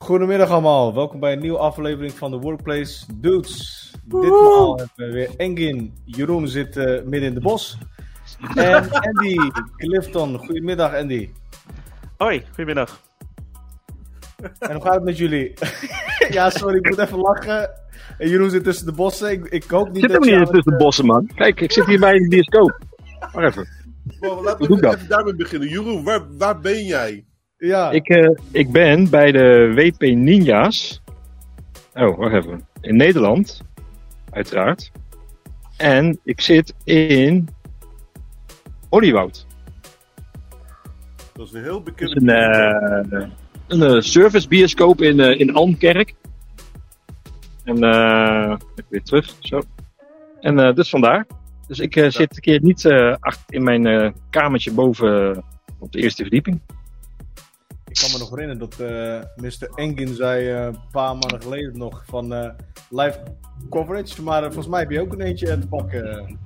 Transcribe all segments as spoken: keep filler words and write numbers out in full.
Goedemiddag allemaal, welkom bij een nieuwe aflevering van de Workplace Dudes. Ditmaal hebben we weer Engin, Jeroen zit uh, midden in de bos. En Andy Clifton, goedemiddag Andy. Hoi, goedemiddag. En hoe gaat het met jullie? Ja, sorry, ik moet even lachen. En Jeroen zit tussen de bossen, ik, ik hoop niet zit dat er niet je... tussen de bossen, man. Kijk, ik zit hier bij de bioscoop. Wacht even. Wow, laten we even, even daarmee beginnen. Jeroen, waar, waar ben jij? Ja. Ik, uh, ik ben bij de W P Ninja's. Oh, wacht even. In Nederland. Uiteraard. En ik zit in Oliewoud. Dat is een heel Dat bekende... is een, uh, een uh, servicebioscoop in, uh, in Almkerk. En uh, even weer terug. Zo. En uh, dus vandaar. Dus ik uh, zit een keer niet uh, achter in mijn uh, kamertje boven uh, op de eerste verdieping. Ik kan me nog herinneren dat uh, mister Engin zei uh, een paar maanden geleden nog van uh, live coverage. Maar uh, volgens mij heb je ook een eentje te pakken.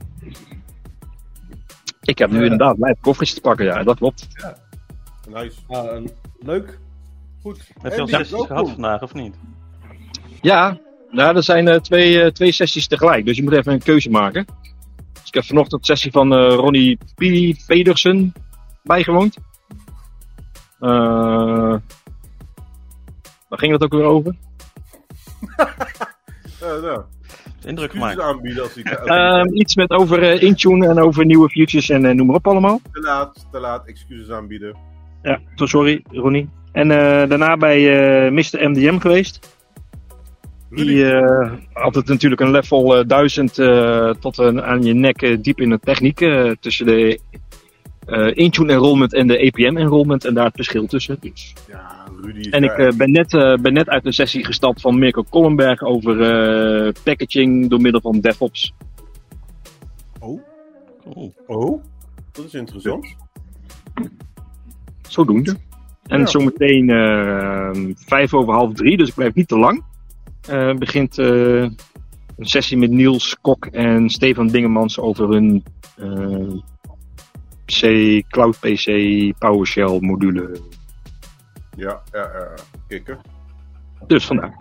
Ik heb nu uh, inderdaad live coverage te pakken, ja, dat klopt. Ja. Nice. Uh, leuk. Goed. Heb je al sessies ja. gehad vandaag of niet? Ja, nou, er zijn uh, twee, uh, twee sessies tegelijk, dus je moet even een keuze maken. Dus ik heb vanochtend een sessie van uh, Ronnie P. Pedersen bijgewoond. Uh, waar ging dat ook weer over? uh, nou. Indruk gemaakt. Aanbieden als ik, als uh, ik... Iets met over uh, Intune en over nieuwe features en uh, noem maar op allemaal. Te laat, te laat, excuses aanbieden. Ja, sorry Ronnie. En uh, daarna bij uh, mister M D M geweest. Die uh, had het natuurlijk een level uh, duizend uh, tot uh, aan je nek uh, diep in de techniek. Uh, tussen de uh, Intune enrollment en de A P M enrollment. En daar het verschil tussen. Dus. Ja, Rudy is en ik uh, ben, net, uh, ben net uit een sessie gestapt van Mirko Kollenberg over uh, packaging door middel van DevOps. Oh? Oh? Oh? Dat is interessant. Zodoende. En ja. Zometeen uh, vijf over half drie, dus ik blijf niet te lang. Uh, begint uh, een sessie met Niels Kok en Stefan Dingemans over hun uh, C, Cloud P C PowerShell module. Ja, ja, ja. Kikker. Dus vandaar.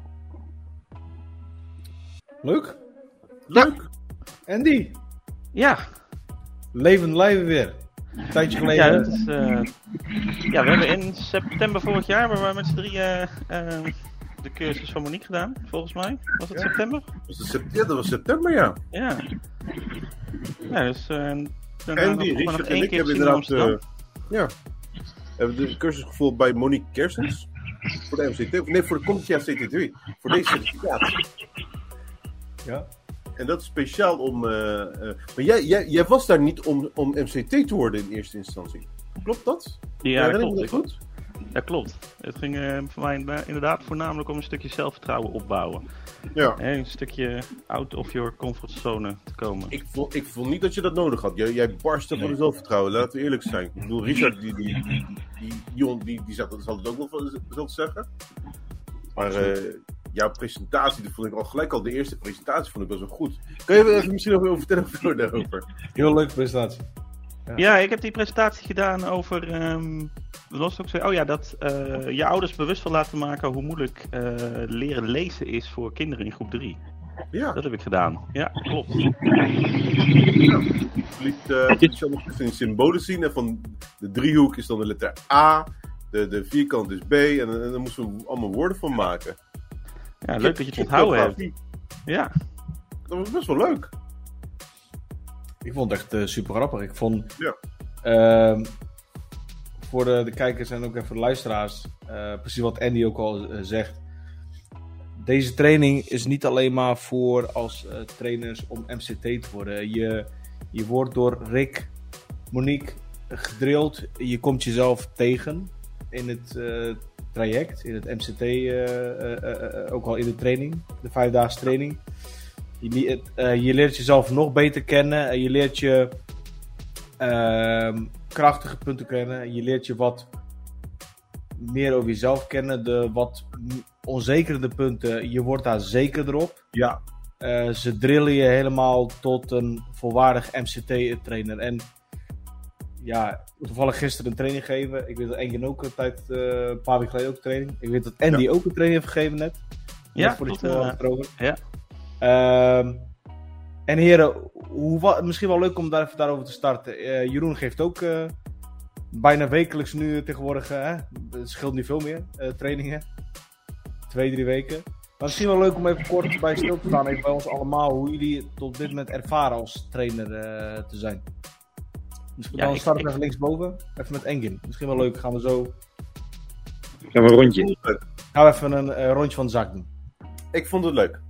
Leuk. Leuk. Ja. Andy. Ja. Leven lijven weer. Een tijdje geleden. Ja, dat is, uh, ja, we hebben in september vorig jaar we met z'n drieën uh, de cursus van Monique gedaan, volgens mij. Was het ja. september? Was het sept- ja, dat was september, ja. Ja. Ja, dus... Uh, Andy, Richard en ik hebben inderdaad... Uh, ja. Hebben de cursus gevolgd bij Monique Kersens. Voor de M C T. Nee, voor de Community M C T twee. Voor deze certificaat. Ja. En dat is speciaal om... Uh, uh, maar jij, jij, jij was daar niet om, om M C T te worden in eerste instantie. Klopt dat? Ja, ja dat klopt. dat goed? Ja, klopt. Het ging uh, voor mij inderdaad voornamelijk om een stukje zelfvertrouwen opbouwen. Ja. He, een stukje out of your comfort zone te komen. Ik vond, ik vond niet dat je dat nodig had. Jij, jij barstte nee. van zelfvertrouwen, laten we eerlijk zijn. Ik bedoel, Richard, die, die, die, die, die, die, die zal, zal het ook wel zo zeggen. Maar uh, jouw presentatie, dat vond ik al gelijk al, de eerste presentatie vond ik wel zo goed. Kan je even misschien nog even vertellen daarover? Heel leuke presentatie. Ja. ja, ik heb die presentatie gedaan over... Um, wat was het ook zo? Oh ja, dat uh, je ouders bewust wil laten maken hoe moeilijk uh, leren lezen is voor kinderen in groep drie. Ja. Dat heb ik gedaan. Ja, klopt. Ja. Ik liet uh, een symbolen zien. En van de driehoek is dan de letter A. De, de vierkant is B. En, en daar moesten we allemaal woorden van maken. Ja, leuk dat je het onthouden hebt. Ja. Dat was best wel leuk. Ik vond het echt uh, super grappig. Ik vond... Ja. Uh, voor de, de kijkers en ook even de luisteraars... Uh, precies wat Andy ook al uh, zegt... Deze training is niet alleen maar voor als uh, trainers om M C T te worden. Je, je wordt door Rick, Monique gedrild. Je komt jezelf tegen in het uh, traject, in het M C T, uh, uh, uh, ook al in de training, de vijfdaagse training. Je, uh, je leert jezelf nog beter kennen en je leert je uh, krachtige punten kennen. Je leert je wat meer over jezelf kennen, de wat onzekerende punten, je wordt daar zekerder op. Ja. Uh, ze drillen je helemaal tot een volwaardig M C T-trainer. En ja, toevallig gisteren een training gegeven. Ik weet dat Engin ook een tijd, uh, een paar weken geleden ook een training. Ik weet dat Andy ja. ook een training heeft gegeven net. Ja, voor tot, die uh, erover. Ja. Uh, en heren, hoe, misschien wel leuk om daar even daarover te starten. Uh, Jeroen geeft ook uh, bijna wekelijks nu tegenwoordig, uh, het scheelt niet veel meer, uh, trainingen. Twee, drie weken. Maar misschien wel leuk om even kort bij stil te staan, even bij ons allemaal, hoe jullie tot dit moment ervaren als trainer uh, te zijn. Dus ja, dan ik, starten we even linksboven, even met Engin. Misschien wel leuk, gaan we zo... Gaan we een rondje. Gaan we even een uh, rondje van de zak doen. Ik vond het leuk.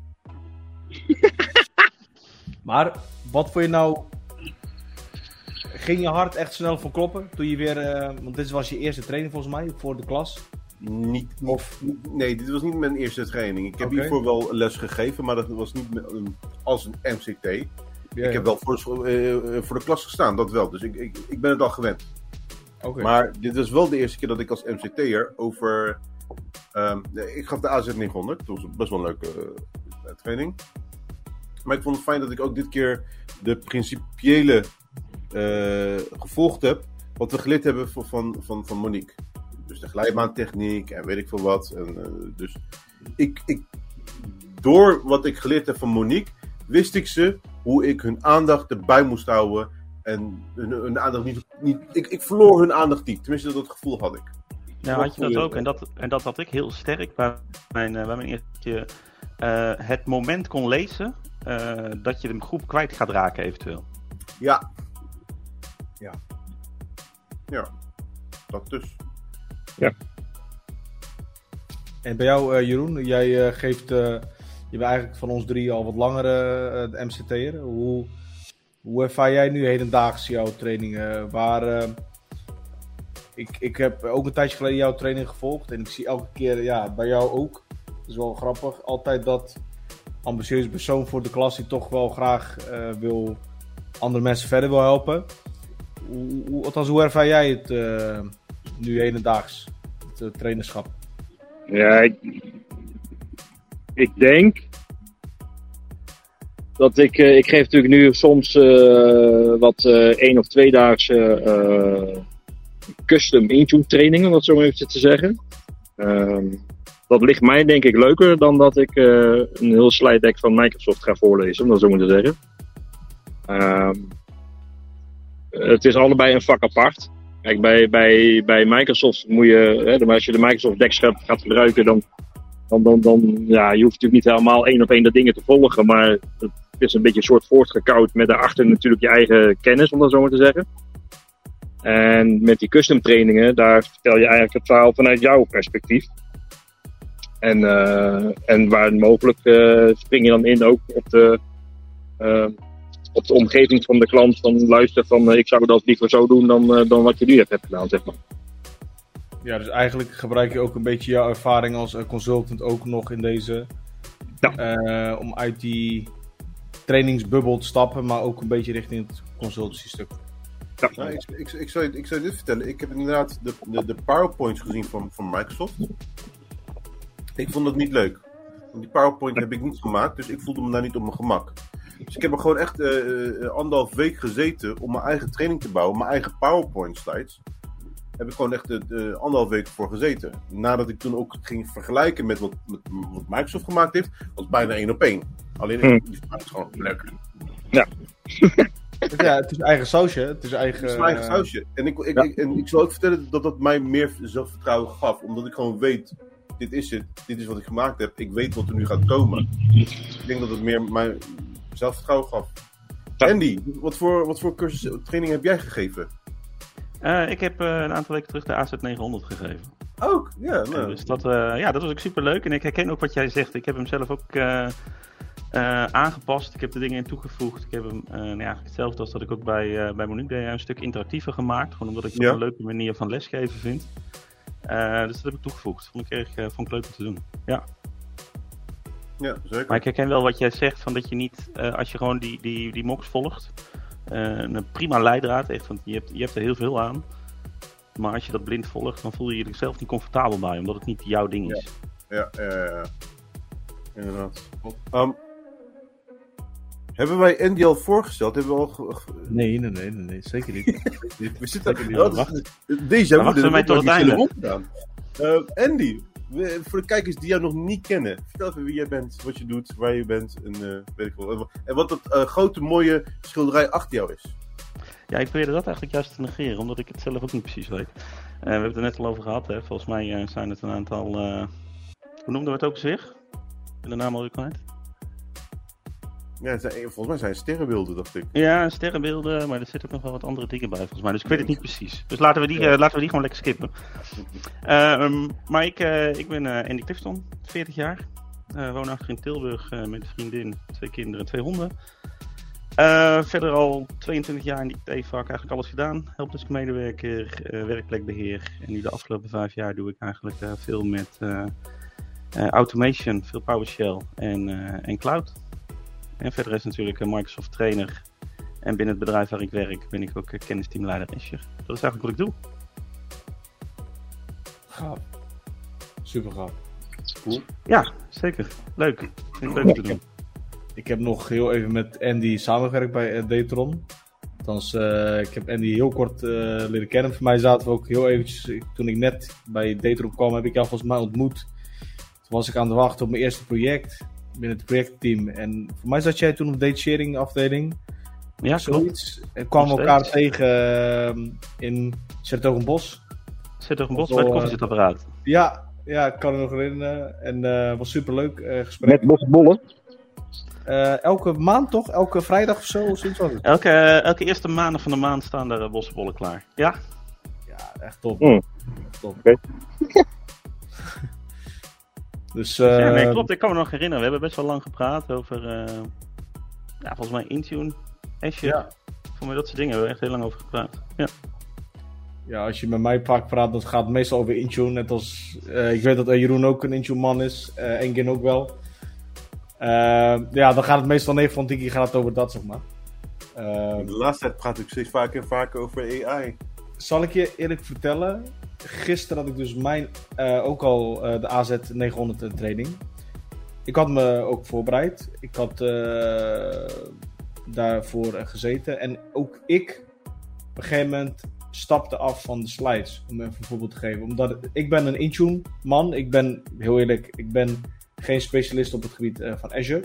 Maar, wat vond je nou... Ging je hart echt snel van kloppen? Toen je weer... Uh, want dit was je eerste training volgens mij, voor de klas. Niet, of... Nee, dit was niet mijn eerste training. Ik heb okay. hiervoor wel les gegeven, maar dat was niet met, um, als een M C T. Ja, ik ja. heb wel voor, uh, voor de klas gestaan, dat wel. Dus ik, ik, ik ben het al gewend. Okay. Maar dit was wel de eerste keer dat ik als M C T'er over... Um, ik gaf de A Z negenhonderd. Dat was best wel een leuke uh, training. Maar ik vond het fijn dat ik ook dit keer de principiële uh, gevolgd heb. Wat we geleerd hebben van, van, van, van Monique. Dus de glijbaantechniek en weet ik veel wat. En, uh, dus ik, ik, door wat ik geleerd heb van Monique, wist ik ze hoe ik hun aandacht erbij moest houden. En hun, hun aandacht niet, niet ik, ik verloor hun aandacht niet. Tenminste, dat gevoel had ik. Ja, had je dat ook. En dat, en dat had ik heel sterk bij mijn, uh, bij mijn eerste uh, het moment kon lezen uh, dat je de groep kwijt gaat raken eventueel. Ja. Ja. Ja. Dat dus. Ja. En bij jou, uh, Jeroen, jij uh, geeft, uh, je bent eigenlijk van ons drie al wat langer uh, de M C T'er. Hoe, hoe ervaar jij nu hedendaags jouw trainingen? Waar, uh, ik, ik heb ook een tijdje geleden jouw training gevolgd en ik zie elke keer, ja, bij jou ook, dat is wel grappig, altijd dat ambitieuze persoon voor de klas die toch wel graag uh, wil andere mensen verder wil helpen. Hoe, hoe, althans, hoe ervaar jij het uh, nu hedendaags, het uh, trainerschap? Ja, ik, ik denk dat ik, uh, ik geef natuurlijk nu soms uh, wat uh, één of tweedaagse uh, custom Intune trainingen, om dat zo maar even te zeggen. Uh, dat ligt mij denk ik leuker dan dat ik uh, een heel slide deck van Microsoft ga voorlezen, om dat zo maar te zeggen. Uh, het is allebei een vak apart. Kijk, bij, bij, bij Microsoft moet je, hè, als je de Microsoft Decks gaat, gaat gebruiken, dan, dan, dan, dan, ja, je hoeft natuurlijk niet helemaal één op één dat dingen te volgen, maar het is een beetje een soort voortgekouwd met daarachter natuurlijk je eigen kennis, om dat zo maar te zeggen. En met die custom trainingen, daar vertel je eigenlijk het verhaal vanuit jouw perspectief. En, uh, en waar mogelijk uh, spring je dan in ook op de... Uh, op de omgeving van de klant, dan luisteren van uh, ik zou dat liever zo doen dan, uh, dan wat je nu hebt, hebt gedaan, zeg maar. Ja, dus eigenlijk gebruik je ook een beetje jouw ervaring als uh, consultant ook nog in deze, ja. uh, om uit die trainingsbubbel te stappen, maar ook een beetje richting het consultancy stuk. Ja. Nou, ik, ik, ik, zou, ik zou dit vertellen, ik heb inderdaad de, de, de PowerPoints gezien van, van Microsoft. Ik vond het niet leuk. Die PowerPoint heb ik niet gemaakt, dus ik voelde me daar niet op mijn gemak. Dus ik heb er gewoon echt uh, uh, anderhalf week gezeten om mijn eigen training te bouwen, mijn eigen PowerPoint slides. Heb ik gewoon echt uh, uh, anderhalf week voor gezeten. Nadat ik toen ook ging vergelijken met wat, met, wat Microsoft gemaakt heeft, was het bijna één op één. Alleen hmm. die maakt het gewoon lekker. Ja. Ja, het is eigen sausje. Het is eigen, het is mijn eigen sausje. En ik, ik, ja. ik, en ik zal ook vertellen dat dat mij meer zelfvertrouwen gaf, omdat ik gewoon weet, dit is het, dit is wat ik gemaakt heb, ik weet wat er nu gaat komen. Ik denk dat het meer mijn zelfvertrouwen gaf. Andy, wat voor, wat voor cursus training heb jij gegeven? Uh, ik heb uh, een aantal weken terug de A Z negenhonderd gegeven. Ook? Ja, nou. Dus dat, uh, ja, dat was ook super leuk. En ik herken ook wat jij zegt. Ik heb hem zelf ook uh, uh, aangepast. Ik heb er dingen in toegevoegd. Ik heb hem uh, nou ja, eigenlijk hetzelfde als dat ik ook bij, uh, bij Monique deed, een stuk interactiever gemaakt. Gewoon omdat ik het ja. een leuke manier van lesgeven vind. Uh, dus dat heb ik toegevoegd. Vond ik erg uh, vond ik leuk om te doen. Ja. Ja, zeker. Maar ik herken wel wat jij zegt, van dat je niet, uh, als je gewoon die, die, die mocks volgt, uh, een prima leidraad, echt, want je hebt, je hebt er heel veel aan. Maar als je dat blind volgt, dan voel je je zelf niet comfortabel bij, omdat het niet jouw ding is. Ja, ja, ja, ja. Inderdaad. Um, Hebben wij Andy al voorgesteld? Hebben we al... Ge... Nee, nee, nee, nee, nee, zeker niet. we zitten... Zeker niet. Dat Wacht. is... Deze Dan wachten we mij tot het einde. Uh, Andy, we, voor de kijkers die jou nog niet kennen, vertel even wie jij bent, wat je doet, waar je bent en uh, weet ik wel. En wat dat uh, grote mooie schilderij achter jou is. Ja, ik probeerde dat eigenlijk juist te negeren, omdat ik het zelf ook niet precies weet. Uh, we hebben het er net al over gehad, hè. Volgens mij uh, zijn het een aantal... Uh... Hoe noemden we het ook zich? De naam al kwijt. Ja, het zijn, volgens mij zijn het sterrenbeelden, dacht ik. Ja, sterrenbeelden, maar er zitten ook nog wel wat andere dingen bij, volgens mij. Dus ik weet het niet precies. Dus laten we die, uh, laten we die gewoon lekker skippen. Uh, um, maar ik, uh, ik ben uh, Andy Clifton, veertig jaar. Uh, woonachtig in Tilburg uh, met een vriendin, twee kinderen en twee honden. Uh, verder al tweeëntwintig jaar in die I T-vak eigenlijk alles gedaan. Helpdesk medewerker, uh, werkplekbeheer. En nu de afgelopen vijf jaar doe ik eigenlijk uh, veel met uh, uh, automation, veel PowerShell en, uh, en cloud. En verder is natuurlijk een Microsoft trainer. En binnen het bedrijf waar ik werk ben ik ook kennisteamleider Azure. Dat is eigenlijk wat ik doe. Gaaf. Super gaaf. Cool. Ja, zeker. Leuk. Vind ik leuk om te doen. Ik heb nog heel even met Andy samengewerkt bij uh, Datron. Althans, uh, ik heb Andy heel kort uh, leren kennen. Voor mij zaten we ook heel eventjes... Toen ik net bij Datron kwam, heb ik jou volgens mij ontmoet. Toen was ik aan het wachten op mijn eerste project... binnen het projectteam. En voor mij zat jij toen op de data sharing afdeling. Ja, zoiets. En kwamen we elkaar tegen uh, in Zertogenbos. Zertogenbos, bij het koffiezetapparaat. Ja, ja, ik kan me nog herinneren. En het uh, was superleuk uh, gesprek. Met bosbollen? Uh, elke maand toch? Elke vrijdag of zo? Of zoiets was het. Elke, uh, elke eerste maandag van de maand staan er uh, bosbollen klaar. Ja? Ja, echt top. Mm. Echt top. Okay. Dus, uh, ja, nee, klopt. Ik kan me nog herinneren. We hebben best wel lang gepraat over, uh, ja, volgens mij Intune, Azure. Ja. Voor mij dat soort dingen hebben we echt heel lang over gepraat. Ja. Ja, als je met mij vaak praat, dan gaat het meestal over Intune. Net als, uh, ik weet dat uh, Jeroen ook een Intune man is. Uh, Engin ook wel. Uh, ja, dan gaat het meestal negen van tien keer gaat het over dat, zeg maar. Uh, de laatste tijd praat ik steeds vaker en vaker over A I. Zal ik je eerlijk vertellen? Gisteren had ik dus mijn, uh, ook al uh, de A Z negenhonderd training. Ik had me ook voorbereid. Ik had uh, daarvoor uh, gezeten. En ook ik, op een gegeven moment, stapte af van de slides. Om even een voorbeeld te geven. Omdat ik ben een Intune man. Ik ben, heel eerlijk, ik ben geen specialist op het gebied uh, van Azure.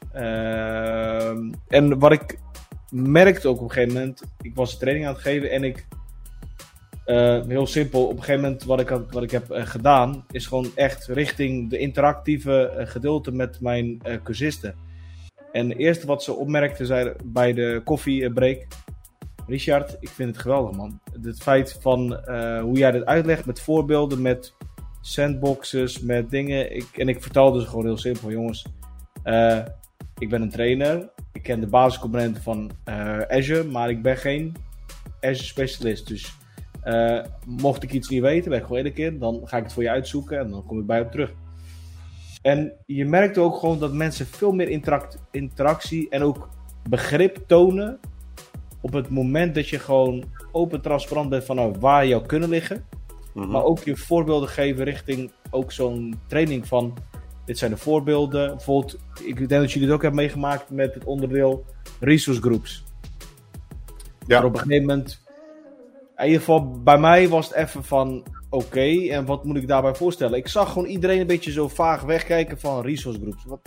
Uh, en wat ik merkte ook op een gegeven moment. Ik was een training aan het geven en ik... Uh, heel simpel, op een gegeven moment wat ik, wat ik heb uh, gedaan, is gewoon echt richting de interactieve uh, gedeelte met mijn uh, cursisten. En het eerste wat ze opmerkten zei bij de koffiebreak, Richard, ik vind het geweldig man. Het feit van uh, hoe jij dit uitlegt met voorbeelden, met sandboxes, met dingen. Ik, en ik vertelde ze gewoon heel simpel, jongens. Uh, ik ben een trainer, ik ken de basiscomponenten van uh, Azure, maar ik ben geen Azure specialist, dus... Uh, mocht ik iets niet weten, ben ik gewoon eerlijk in, dan ga ik het voor je uitzoeken en dan kom ik bij je op terug. En je merkt ook gewoon dat mensen veel meer interact- interactie en ook begrip tonen op het moment dat je gewoon open transparant bent van nou, waar jouw kunnen liggen. Mm-hmm. Maar ook je voorbeelden geven richting ook zo'n training van dit zijn de voorbeelden. Bijvoorbeeld, ik denk dat jullie het ook hebben meegemaakt met het onderdeel resource groups. Ja. Maar op een gegeven moment... In ieder geval, bij mij was het even van, oké, okay, en wat moet ik daarbij voorstellen? Ik zag gewoon iedereen een beetje zo vaag wegkijken van resource groups. Wat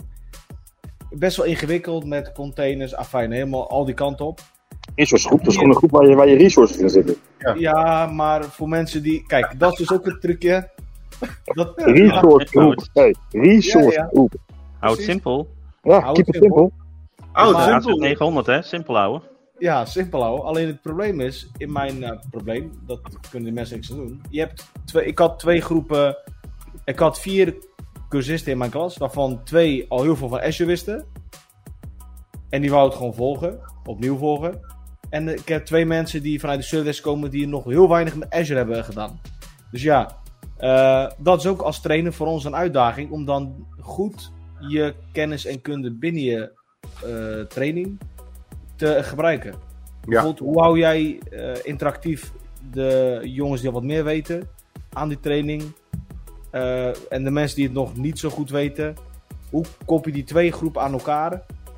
best wel ingewikkeld met containers, afijn, helemaal al die kanten op. Resource groep, dat is gewoon een groep waar je, waar je resources in zitten. Ja. ja, maar voor mensen die, kijk, dat is dus ook het trucje. Dat, resource groep, hey, resource ja, ja. groep. Hou het simpel. Ja, Houd keep it simple. Hou het simpel. negenhonderd hè, simpel houden. Ja, simpel houden. Alleen het probleem is, in mijn uh, probleem, dat kunnen de mensen niks aan doen. Je hebt twee, ik had twee groepen, ik had vier cursisten in mijn klas, waarvan twee al heel veel van Azure wisten. En die wouden het gewoon volgen, opnieuw volgen. En uh, ik heb twee mensen die vanuit de service komen, die nog heel weinig met Azure hebben gedaan. Dus ja, uh, dat is ook als trainer voor ons een uitdaging, om dan goed je kennis en kunde binnen je uh, training te gebruiken. Ja. Bijvoorbeeld, hoe hou jij uh, interactief de jongens die al wat meer weten aan die training uh, en de mensen die het nog niet zo goed weten, hoe koppel je die twee groepen aan elkaar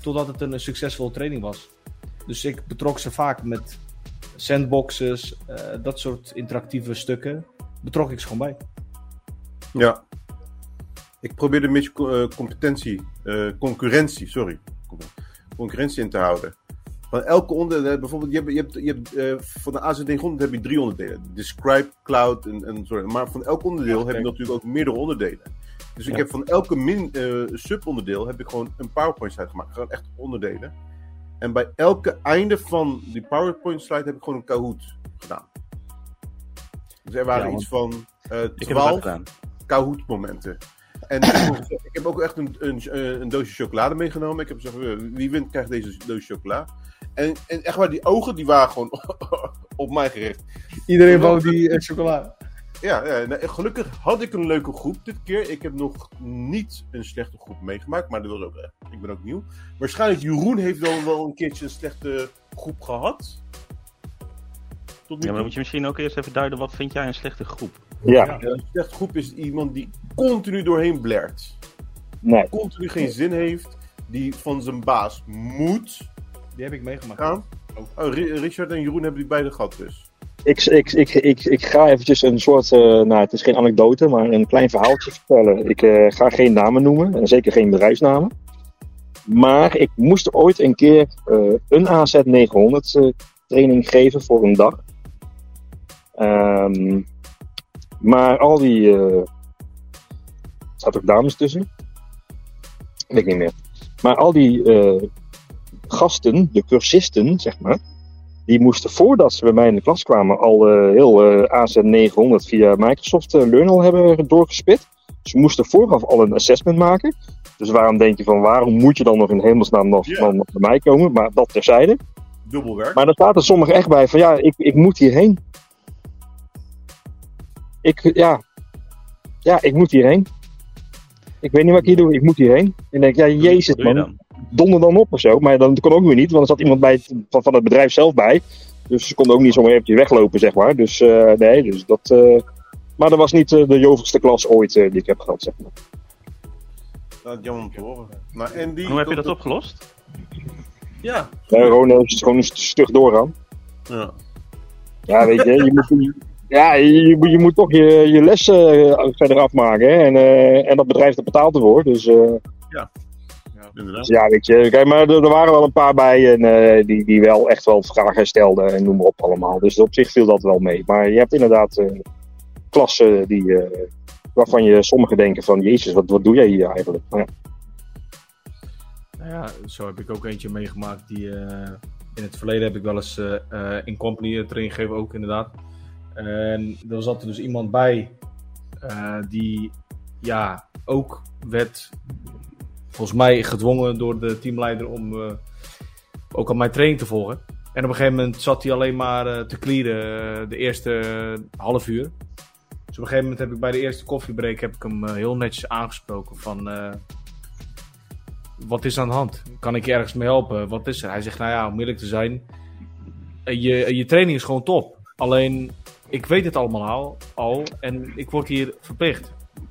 totdat het een, een succesvolle training was. Dus ik betrok ze vaak met sandboxes, uh, dat soort interactieve stukken. Betrok ik ze gewoon bij. Ja. Ik probeerde een beetje uh, competentie, uh, concurrentie, sorry. Concurrentie in te houden. Van elke onderdeel, bijvoorbeeld, je hebt, je hebt, je hebt uh, van de A Z negen honderd heb je drie onderdelen. Describe, Cloud en, en sorry. Maar van elk onderdeel ja, heb je natuurlijk ook meerdere onderdelen. Dus ja. ik heb van elke min, uh, subonderdeel heb ik gewoon een PowerPoint slide gemaakt. Gewoon echt onderdelen. En bij elke einde van die PowerPoint slide heb ik gewoon een Kahoot gedaan. Dus er waren ja, iets van uh, twaalf Kahoot momenten. En ik heb ook echt een, een, een doosje chocolade meegenomen. Ik heb gezegd, wie wint krijgt deze doosje chocola. En, en echt waar, die ogen die waren gewoon op mij gericht. Iedereen wou die uh, chocolade. Ja, ja nou, gelukkig had ik een leuke groep dit keer. Ik heb nog niet een slechte groep meegemaakt, maar dat was ook, ik ben ook nieuw. Waarschijnlijk Jeroen heeft wel, wel een keertje een slechte groep gehad. Tot ja, maar dan moet je misschien ook eerst even duiden, wat vind jij een slechte groep? Ja. ja een slechte groep is iemand die continu doorheen blert. Nee. Continu geen zin heeft, die van zijn baas moet. Die heb ik meegemaakt. Gaan. Oh, Richard en Jeroen hebben die beide gehad dus. Ik, ik, ik, ik, ik ga eventjes een soort, uh, nou het is geen anekdote, maar een klein verhaaltje vertellen. Ik uh, ga geen namen noemen, en zeker geen bedrijfsnamen. Maar ik moest ooit een keer uh, een A Z negenhonderd uh, training geven voor een dag. Um, maar al die, uh, er zaten ook dames tussen, weet ik niet meer. Maar al die uh, gasten, de cursisten, zeg maar, die moesten voordat ze bij mij in de klas kwamen al uh, heel uh, A Z negenhonderd via Microsoft uh, Learnal hebben doorgespit. Ze moesten vooraf al een assessment maken. Dus waarom denk je van, waarom moet je dan nog in hemelsnaam nog, yeah. nog bij mij komen? Maar dat terzijde. Dubbelwerk. Maar er staat er sommigen echt bij van, ja, ik, ik moet hierheen. Ik, ja, ja, ik moet hierheen. Ik weet niet wat ik hier doe, ik moet hierheen. En ik denk, ja, jezus man, donder dan op of zo. Maar dat kon ook weer niet, want er zat iemand bij het, van, van het bedrijf zelf bij. Dus ze konden ook niet zomaar eventjes weglopen, zeg maar. Dus uh, nee, dus dat... Uh, maar dat was niet uh, de jovelste klas ooit uh, die ik heb gehad, zeg maar. Dat is jammer om te horen. Maar en die, hoe heb je dat opgelost? Ja. ja gewoon, uh, gewoon een stug doorgaan. Ja. Ja, weet je, je moet... Ja, je, je moet toch je, je les uh, verder afmaken. Hè? En, uh, en dat bedrijf dat betaalt ervoor. Dus, uh, ja. Ja, inderdaad. Dus ja, weet je. Kijk, maar er, er waren wel een paar bij en, uh, die, die wel echt wel vragen stelden en noem maar op allemaal. Dus op zich viel dat wel mee. Maar je hebt inderdaad uh, klassen die, uh, waarvan je sommigen denken van... Jezus, wat, wat doe jij hier eigenlijk? Maar ja. Nou ja, zo heb ik ook eentje meegemaakt. Die, uh, in het verleden heb ik wel eens uh, uh, in company training gegeven ook inderdaad. En er zat er dus iemand bij uh, die ja, ook werd volgens mij gedwongen door de teamleider om uh, ook aan mijn training te volgen. En op een gegeven moment zat hij alleen maar uh, te clearen uh, de eerste uh, half uur. Dus op een gegeven moment heb ik bij de eerste koffiebreak heb ik hem uh, heel netjes aangesproken van uh, wat is aan de hand? Kan ik je ergens mee helpen? Wat is er? Hij zegt nou ja, om eerlijk te zijn, uh, je, je training is gewoon top. Alleen ik weet het allemaal al, al en ik word hier verplicht.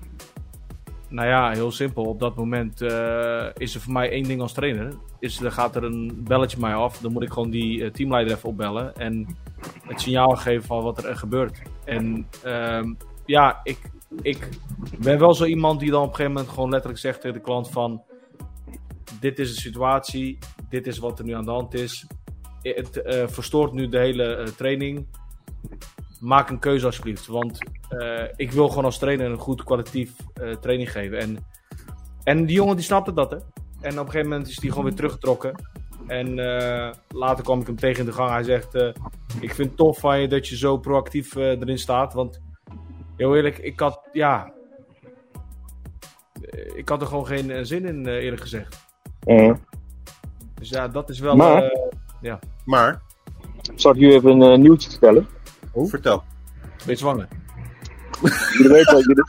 Nou ja, heel simpel. Op dat moment uh, is er voor mij één ding als trainer. Is, er gaat er een belletje mij af. Dan moet ik gewoon die uh, teamleider even opbellen. En het signaal geven van wat er gebeurt. En uh, ja, ik, ik ben wel zo iemand die dan op een gegeven moment gewoon letterlijk zegt tegen de klant van... Dit is de situatie. Dit is wat er nu aan de hand is. Het uh, verstoort nu de hele uh, training. Maak een keuze alsjeblieft, want uh, ik wil gewoon als trainer een goed kwalitatief uh, training geven. En, en die jongen die snapte dat, hè. En op een gegeven moment is hij gewoon weer teruggetrokken. En uh, later kwam ik hem tegen in de gang. Hij zegt, uh, ik vind het tof van je dat je zo proactief uh, erin staat. Want, heel eerlijk, ik had, ja... Ik had er gewoon geen uh, zin in, uh, eerlijk gezegd. Uh. Dus ja, dat is wel... Maar, uh, ja. maar... Zal ik jullie even een uh, nieuwtje vertellen? Oh. Vertel. Ben je zwanger? Jullie weten, jullie,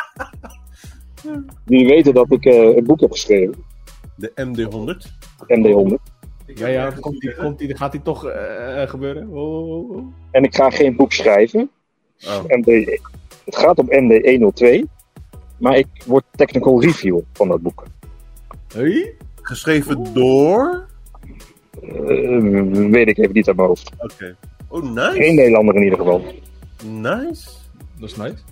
jullie weten dat ik uh, een boek heb geschreven. De M D honderd. M D honderd. Ja, ja, komt die, komt die, gaat die toch uh, gebeuren? Oh, oh, oh. En ik ga geen boek schrijven. Oh. M D, het gaat om M D honderdtwee. Maar ik word technical reviewer van dat boek. Hey? Geschreven door? Uh, weet ik even niet uit mijn hoofd. Oké. Okay. Oh, nice. Geen Nederlander in ieder geval. Nice. Dat is nice.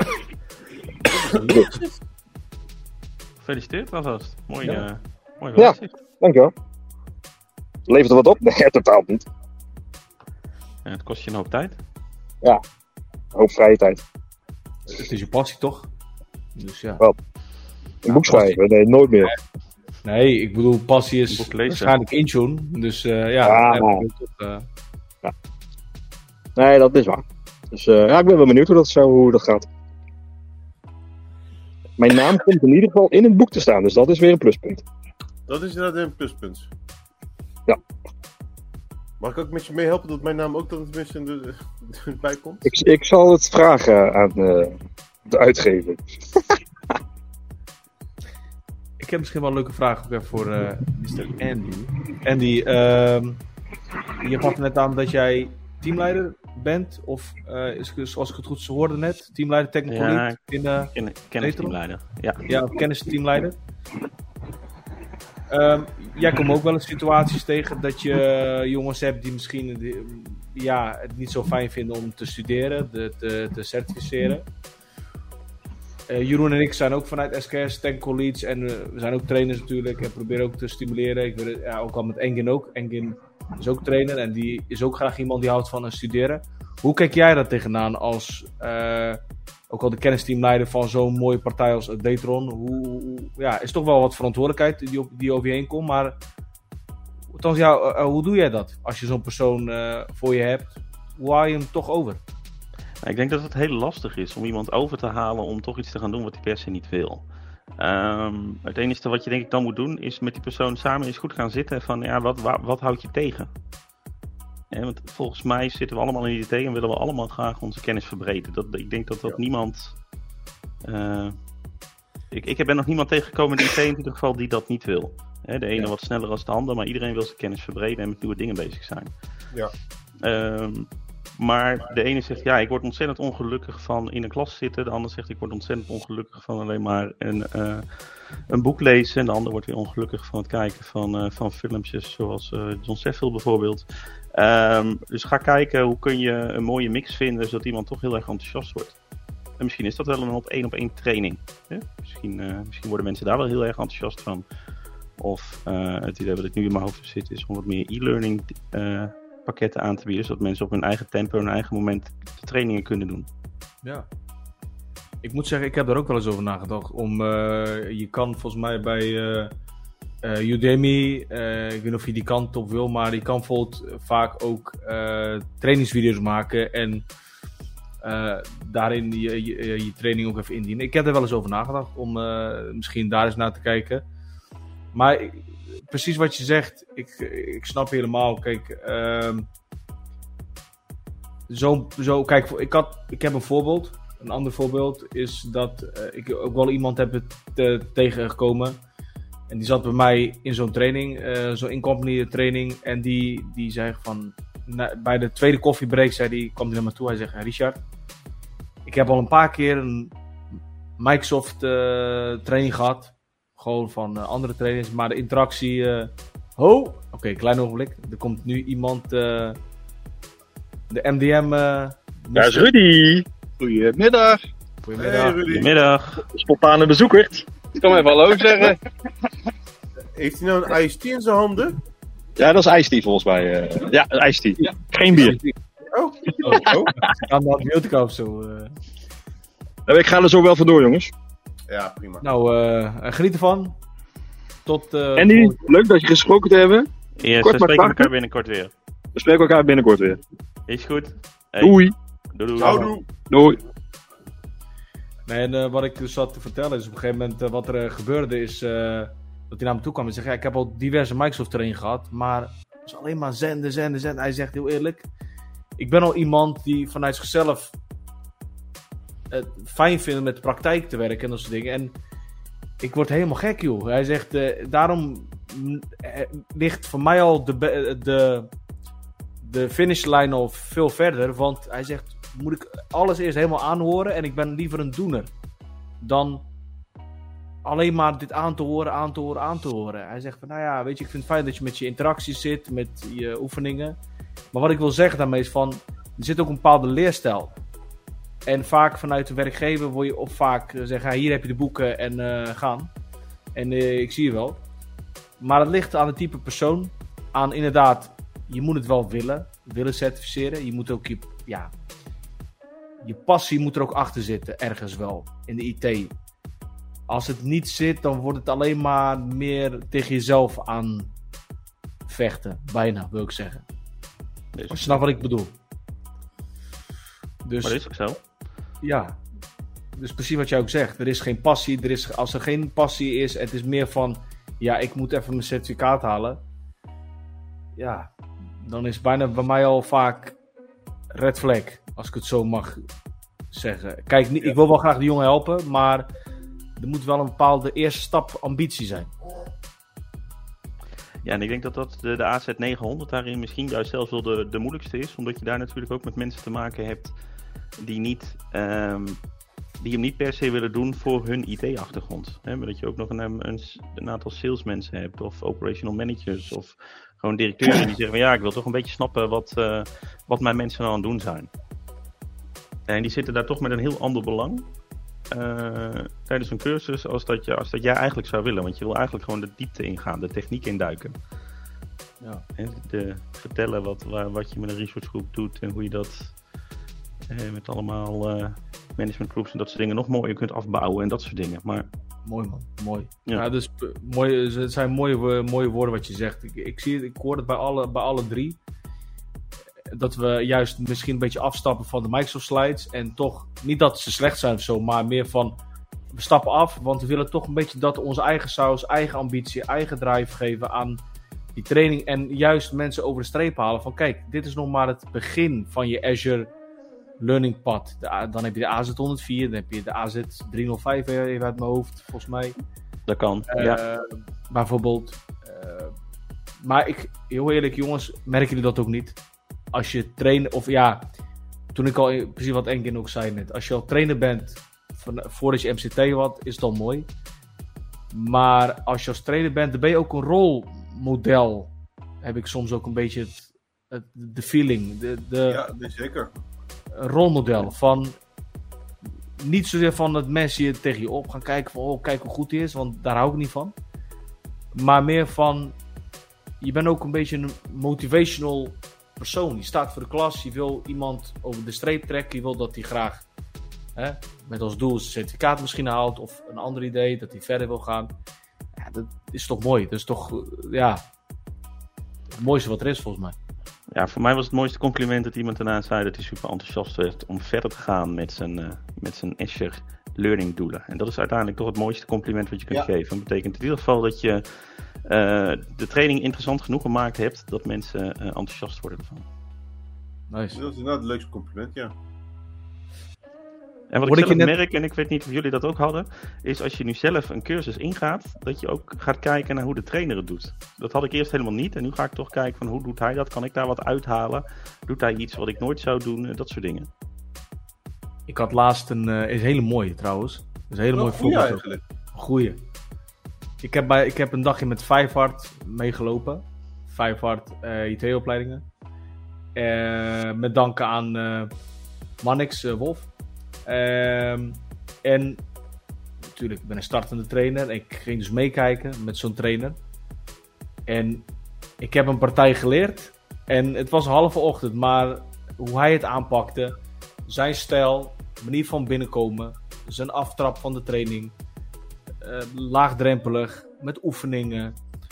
Gefeliciteerd alvast. Mooi, ja. uh, mooi ja, dankjewel. Levert er wat op? Nee, totaal niet. Ja, het kost je een hoop tijd. Ja, een hoop vrije tijd. Het is je passie, toch? Dus ja. Wel, een boek schrijven? Nee, nooit meer. Nee, ik bedoel, passie is waarschijnlijk Intune. Dus uh, ja, ja, dat nou. heb ik toch, uh... ja. Nee, dat is waar. Dus uh, ja, ik ben wel benieuwd hoe dat, zo, hoe dat gaat. Mijn naam komt in ieder geval in het boek te staan, dus dat is weer een pluspunt. Dat is inderdaad een pluspunt. Ja. Mag ik ook met je meehelpen dat mijn naam ook dan tenminste de, erbij komt? Ik, ik zal het vragen aan uh, de uitgever. Ik heb misschien wel een leuke vraag ook even voor uh, mister Andy. Andy, uh, je gaf net aan dat jij teamleider bent, of uh, is, zoals ik het goed hoorde net, teamleider technical ja, lead in uh, ken, kennisteamleider. Ja, ja kennisteamleider. Um, jij komt ook wel eens situaties tegen dat je uh, jongens hebt die misschien die, ja, het niet zo fijn vinden om te studeren, de, te, te certificeren. Uh, Jeroen en ik zijn ook vanuit S K S technical leads en uh, we zijn ook trainers natuurlijk en proberen ook te stimuleren. Ik weet, ja, ook al met Engin ook. Engin is ook trainer en die is ook graag iemand die houdt van uh, studeren. Hoe kijk jij daar tegenaan als uh, ook al de kennisteamleider van zo'n mooie partij als uh, Datron? Hoe, hoe, ja, is toch wel wat verantwoordelijkheid die, op, die over je heen komt, maar althans, ja, uh, uh, hoe doe jij dat als je zo'n persoon uh, voor je hebt? Hoe haal je hem toch over? Ik denk dat het heel lastig is om iemand over te halen om toch iets te gaan doen wat hij per se niet wil. Um, het enige wat je denk ik dan moet doen is met die persoon samen eens goed gaan zitten van ja, wat, wat, wat houdt je tegen? Ja, want volgens mij zitten we allemaal in die idee en willen we allemaal graag onze kennis verbreden. Dat, ik denk dat dat ja. niemand... Uh, ik, ik ben nog niemand tegengekomen in de I T in ieder geval die dat niet wil. He, de ene ja. wat sneller dan de ander, maar iedereen wil zijn kennis verbreden en met nieuwe dingen bezig zijn. Ja. Um, Maar de ene zegt, ja, ik word ontzettend ongelukkig van in een klas zitten. De ander zegt, ik word ontzettend ongelukkig van alleen maar een, uh, een boek lezen. En de ander wordt weer ongelukkig van het kijken van, uh, van filmpjes zoals uh, John Sheffield bijvoorbeeld. Um, dus ga kijken, hoe kun je een mooie mix vinden, zodat iemand toch heel erg enthousiast wordt. En misschien is dat wel een op één op één training. Hè? Misschien, uh, misschien worden mensen daar wel heel erg enthousiast van. Of uh, het idee wat ik nu in mijn hoofd zit is om wat meer e-learning... Uh, pakketten aan te bieden, zodat mensen op hun eigen tempo en hun eigen moment de trainingen kunnen doen. Ja. Ik moet zeggen, ik heb daar ook wel eens over nagedacht. Om, uh, je kan volgens mij bij uh, uh, Udemy, uh, ik weet niet of je die kant op wil, maar je kan bijvoorbeeld vaak ook uh, trainingsvideo's maken en uh, daarin je, je, je training ook even indienen. Ik heb er wel eens over nagedacht om uh, misschien daar eens naar te kijken. Maar precies wat je zegt, ik, ik snap helemaal. Kijk, uh, zo, zo, kijk ik, had, ik heb een voorbeeld. Een ander voorbeeld is dat uh, ik ook wel iemand heb te, tegengekomen. En die zat bij mij in zo'n training, uh, zo'n in-company training. En die, die zei van, na, bij de tweede koffiebreak zei die, kwam hij naar me toe. Hij zegt, Richard, ik heb al een paar keer een Microsoft uh, training gehad. Gewoon van uh, andere trainers, maar de interactie... Uh... Ho! Oké, okay, klein ogenblik. Er komt nu iemand... Uh... De M D M... Uh... Daar is Rudy! Goedemiddag! Goedemiddag. Hey, Rudy. Goedemiddag! Spontane bezoeker. Ik kan even hallo zeggen. Heeft hij nou een iced tea in zijn handen? Ja, dat is iced tea volgens mij. Uh... Ja, iced tea. Ja. Geen bier. Oh. Oh, oh. Kan dat Milka of zo? Uh... Nou, ik ga er zo wel vandoor, jongens. Ja, prima. Nou, uh, geniet ervan. Tot... Uh, Andy, volgende... leuk dat je gesproken te hebben. Yes, we spreken elkaar binnenkort weer. We spreken elkaar binnenkort weer. Is goed. Hey. Doei. Doei. Doei. Ciao, doei. Doei. Nee, en uh, wat ik dus zat te vertellen is op een gegeven moment uh, wat er uh, gebeurde is uh, dat hij naar me toe kwam en zegt, ja, ik heb al diverse Microsoft training gehad, maar het is alleen maar zenden, zenden, zenden. Hij zegt heel eerlijk, ik ben al iemand die vanuit zichzelf het fijn vindt met de praktijk te werken en dat soort dingen. En ik word helemaal gek, joh. Hij zegt, uh, daarom uh, ligt voor mij al de, de, de finishlijn al veel verder, want hij zegt, moet ik alles eerst helemaal aanhoren en ik ben liever een doener dan alleen maar dit aan te horen, aan te horen, aan te horen. Hij zegt van, nou ja, weet je, ik vind het fijn dat je met je interacties zit, met je oefeningen. Maar wat ik wil zeggen daarmee is van, er zit ook een bepaalde leerstijl. En vaak vanuit de werkgever wil je op vaak zeggen, hier heb je de boeken en uh, gaan. En uh, ik zie je wel. Maar het ligt aan het type persoon. Aan inderdaad, je moet het wel willen. Willen certificeren. Je moet ook je, ja, je passie moet er ook achter zitten. Ergens wel. In de I T. Als het niet zit, dan wordt het alleen maar meer tegen jezelf aan vechten. Bijna, wil ik zeggen. Als je snapt wat ik bedoel. Dus, maar dat is ook zo. Ja. Dus precies wat jij ook zegt. Er is geen passie. Er is, als er geen passie is, het is meer van, ja, ik moet even mijn certificaat halen. Ja, dan is het bijna bij mij al vaak red flag, als ik het zo mag zeggen. Kijk, ik wil wel graag de jongen helpen, maar er moet wel een bepaalde eerste stap ambitie zijn. Ja, en ik denk dat dat de, de A Z negenhonderd daarin misschien juist zelfs wel de, de moeilijkste is. Omdat je daar natuurlijk ook met mensen te maken hebt die, niet, um, die hem niet per se willen doen voor hun I T-achtergrond. He, maar dat je ook nog een, een, een aantal salesmensen hebt of operational managers of gewoon directeuren die zeggen van ja, ik wil toch een beetje snappen wat, uh, wat mijn mensen nou aan het doen zijn. En die zitten daar toch met een heel ander belang uh, tijdens een cursus als dat, je, als dat jij eigenlijk zou willen. Want je wil eigenlijk gewoon de diepte ingaan, de techniek induiken. Ja. En de, vertellen wat, waar, wat je met een researchgroep doet en hoe je dat eh, met allemaal uh, managementgroups en dat soort dingen nog mooier kunt afbouwen en dat soort dingen. Maar mooi man, mooi. Ja, ja dus mooi, het zijn mooie, mooie woorden wat je zegt. Ik, ik, zie het, ik hoor het bij alle, bij alle drie. Dat we juist misschien een beetje afstappen van de Microsoft slides. En toch, niet dat ze slecht zijn of zo, maar meer van, we stappen af. Want we willen toch een beetje dat onze eigen saus, eigen ambitie, eigen drive geven aan die training. En juist mensen over de streep halen van, kijk, dit is nog maar het begin van je Azure Learning Pad. De, dan heb je de A Z honderdvier, dan heb je de A Z driehonderdvijf even uit mijn hoofd, volgens mij. Dat kan, uh, ja. Bijvoorbeeld. Uh, maar ik, heel eerlijk jongens, merken jullie dat ook niet? Als je trainer, of ja, toen ik al, precies wat Engin ook zei net. Als je al trainer bent, van, voordat je M C T had, is het al mooi. Maar als je als trainer bent, dan ben je ook een rolmodel. Heb ik soms ook een beetje het, het, de feeling. De, de, ja, nee, zeker. Een rolmodel van, niet zozeer van dat mensen je tegen je op gaan kijken van, oh, kijk hoe goed hij is, want daar hou ik niet van. Maar meer van, je bent ook een beetje een motivational persoon. Je staat voor de klas, je wil iemand over de streep trekken, je wil dat hij graag, hè, met als doel zijn certificaat misschien haalt, of een ander idee, dat hij verder wil gaan. Ja, dat is toch mooi. Dat is toch, ja, het mooiste wat er is volgens mij. Ja, voor mij was het mooiste compliment dat iemand daarna zei dat hij super enthousiast werd om verder te gaan met zijn, uh, met zijn Azure Learning doelen. En dat is uiteindelijk toch het mooiste compliment wat je kunt ja. geven. Dat betekent in ieder geval dat je uh, de training interessant genoeg gemaakt hebt dat mensen uh, enthousiast worden ervan. Nice. Dat is inderdaad het leukste compliment, ja. En wat Word ik zelf net... merk, en ik weet niet of jullie dat ook hadden, is als je nu zelf een cursus ingaat, dat je ook gaat kijken naar hoe de trainer het doet. Dat had ik eerst helemaal niet en nu ga ik toch kijken van hoe doet hij dat, kan ik daar wat uithalen, doet hij iets wat ik nooit zou doen, dat soort dingen. Ik had laatst een, uh, is een hele mooie trouwens, dat is een hele mooie voorbeeld. Eigenlijk. Goeie. Ik heb, bij, ik heb een dagje met Vijfhard meegelopen, Vijfhard uh, I T-opleidingen, uh, met dank aan uh, Mannix uh, Wolf. Um, en natuurlijk, ik ben een startende trainer. Ik ging dus meekijken met zo'n trainer. En ik heb een partij geleerd. En het was een halve ochtend, maar hoe hij het aanpakte, zijn stijl, manier van binnenkomen, zijn aftrap van de training, uh, laagdrempelig, met oefeningen.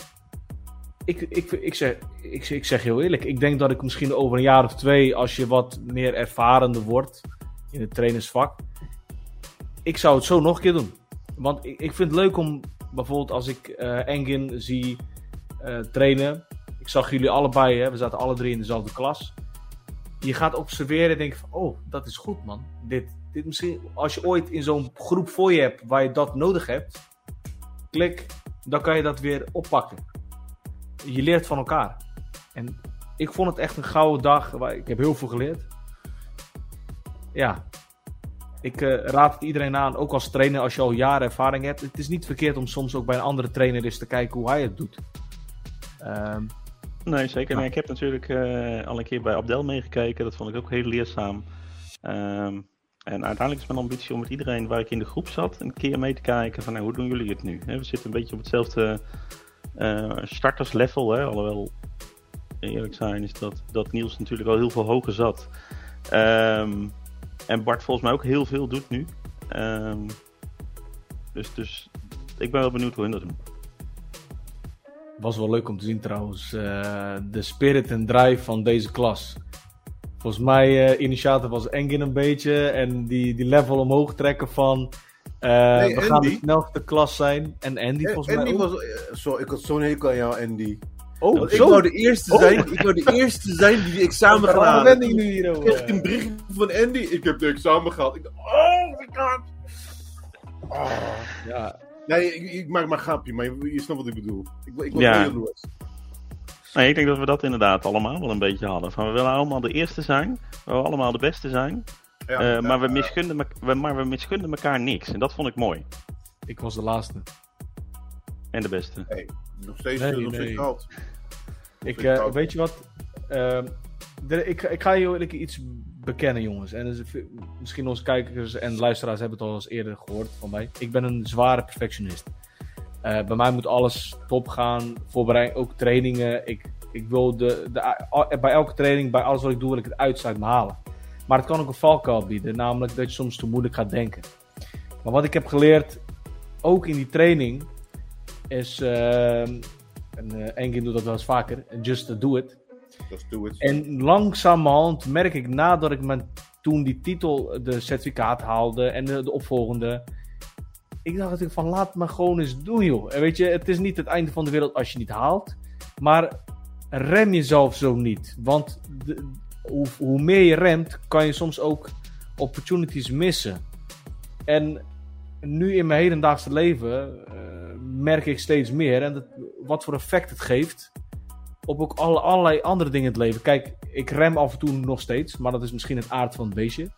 Ik, ik, ik, zeg, ik, ik zeg heel eerlijk, ik denk dat ik misschien over een jaar of twee, als je wat meer ervarender wordt in het trainersvak, ik zou het zo nog een keer doen. Want ik, ik vind het leuk om, bijvoorbeeld als ik uh, Engin zie uh, trainen, ik zag jullie allebei, hè, we zaten alle drie in dezelfde klas. Je gaat observeren en denkt van, oh, dat is goed man. Dit, dit misschien, als je ooit in zo'n groep voor je hebt waar je dat nodig hebt, klik, dan kan je dat weer oppakken. Je leert van elkaar. En ik vond het echt een gouden dag, waar ik heb heel veel geleerd. Ja, ik uh, raad het iedereen aan, ook als trainer, als je al jaren ervaring hebt. Het is niet verkeerd om soms ook bij een andere trainer eens te kijken hoe hij het doet. Um, nee, zeker. Nou. Nee, ik heb natuurlijk uh, al een keer bij Abdel meegekeken. Dat vond ik ook heel leerzaam. Um, en uiteindelijk is mijn ambitie om met iedereen waar ik in de groep zat een keer mee te kijken van nou, hoe doen jullie het nu? He, we zitten een beetje op hetzelfde uh, starterslevel, hè? Alhoewel eerlijk zijn is dat, dat Niels natuurlijk al heel veel hoger zat. Um, en Bart volgens mij ook heel veel doet nu. Um, dus, dus ik ben wel benieuwd hoe hun dat doen. Was wel leuk om te zien trouwens. Uh, de spirit en drive van deze klas. Volgens mij, uh, initiator was Engin een beetje. En die, die level omhoog trekken van... Uh, nee, we Andy. gaan de snelste klas zijn. En Andy eh, volgens Andy mij ook. Was, uh, zo, ik had zo'n hekel aan jou, Andy. Oh, Want ik wou de eerste oh. zijn, ik wou de eerste zijn die de examen gaan halen. Ik nu kreeg ik een bericht van Andy. Ik heb de examen gehad. Ik dacht, oh my god. Oh. Ja. Nee, ik, ik maak maar een grapje, maar je, je snapt wat ik bedoel. Ik, ik was ja. heel jaloers. Nee, ik denk dat we dat inderdaad allemaal wel een beetje hadden. Van we willen allemaal de eerste zijn, we willen allemaal de beste zijn. Ja, uh, ja, maar, we misgunden me- we, maar we misgunden elkaar niks. En dat vond ik mooi. Ik was de laatste. En de beste. Nee, nog steeds nee, nog nee. steeds goud. Ik, uh, weet je wat? Uh, de, ik, ik ga je iets bekennen, jongens. En dus, misschien onze kijkers en luisteraars hebben het al eens eerder gehoord van mij. Ik ben een zware perfectionist. Uh, bij mij moet alles top gaan. Voorbereiding, ook trainingen. Ik, ik wil de, de, bij elke training, bij alles wat ik doe, wil ik het uiterste uit me halen. Maar het kan ook een valkuil bieden. Namelijk dat je soms te moeilijk gaat denken. Maar wat ik heb geleerd, ook in die training, is... Uh, en uh, Engin doet dat wel eens vaker. Just do it. Just do it. En langzamerhand merk ik, nadat ik mijn, toen die titel, de certificaat haalde en de, de opvolgende... Ik dacht natuurlijk van, laat me gewoon eens doen, joh. En weet je, het is niet het einde van de wereld als je niet haalt. Maar rem jezelf zo niet. Want de, hoe, hoe meer je remt, kan je soms ook opportunities missen. En nu in mijn hedendaagse leven uh, merk ik steeds meer. En dat, wat voor effect het geeft op ook alle, allerlei andere dingen in het leven. Kijk, ik rem af en toe nog steeds. Maar dat is misschien het aard van het beestje.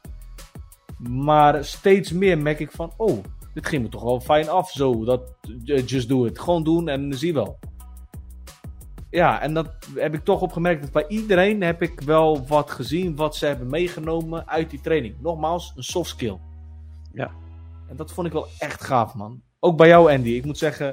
Maar steeds meer merk ik van, oh... Dit ging me toch wel fijn af, zo. Dat, uh, just do it. Gewoon doen en zie wel. Ja, en dat heb ik toch opgemerkt. Dat bij iedereen heb ik wel wat gezien. Wat ze hebben meegenomen uit die training. Nogmaals, een soft skill. Ja. En dat vond ik wel echt gaaf, man. Ook bij jou, Andy. Ik moet zeggen...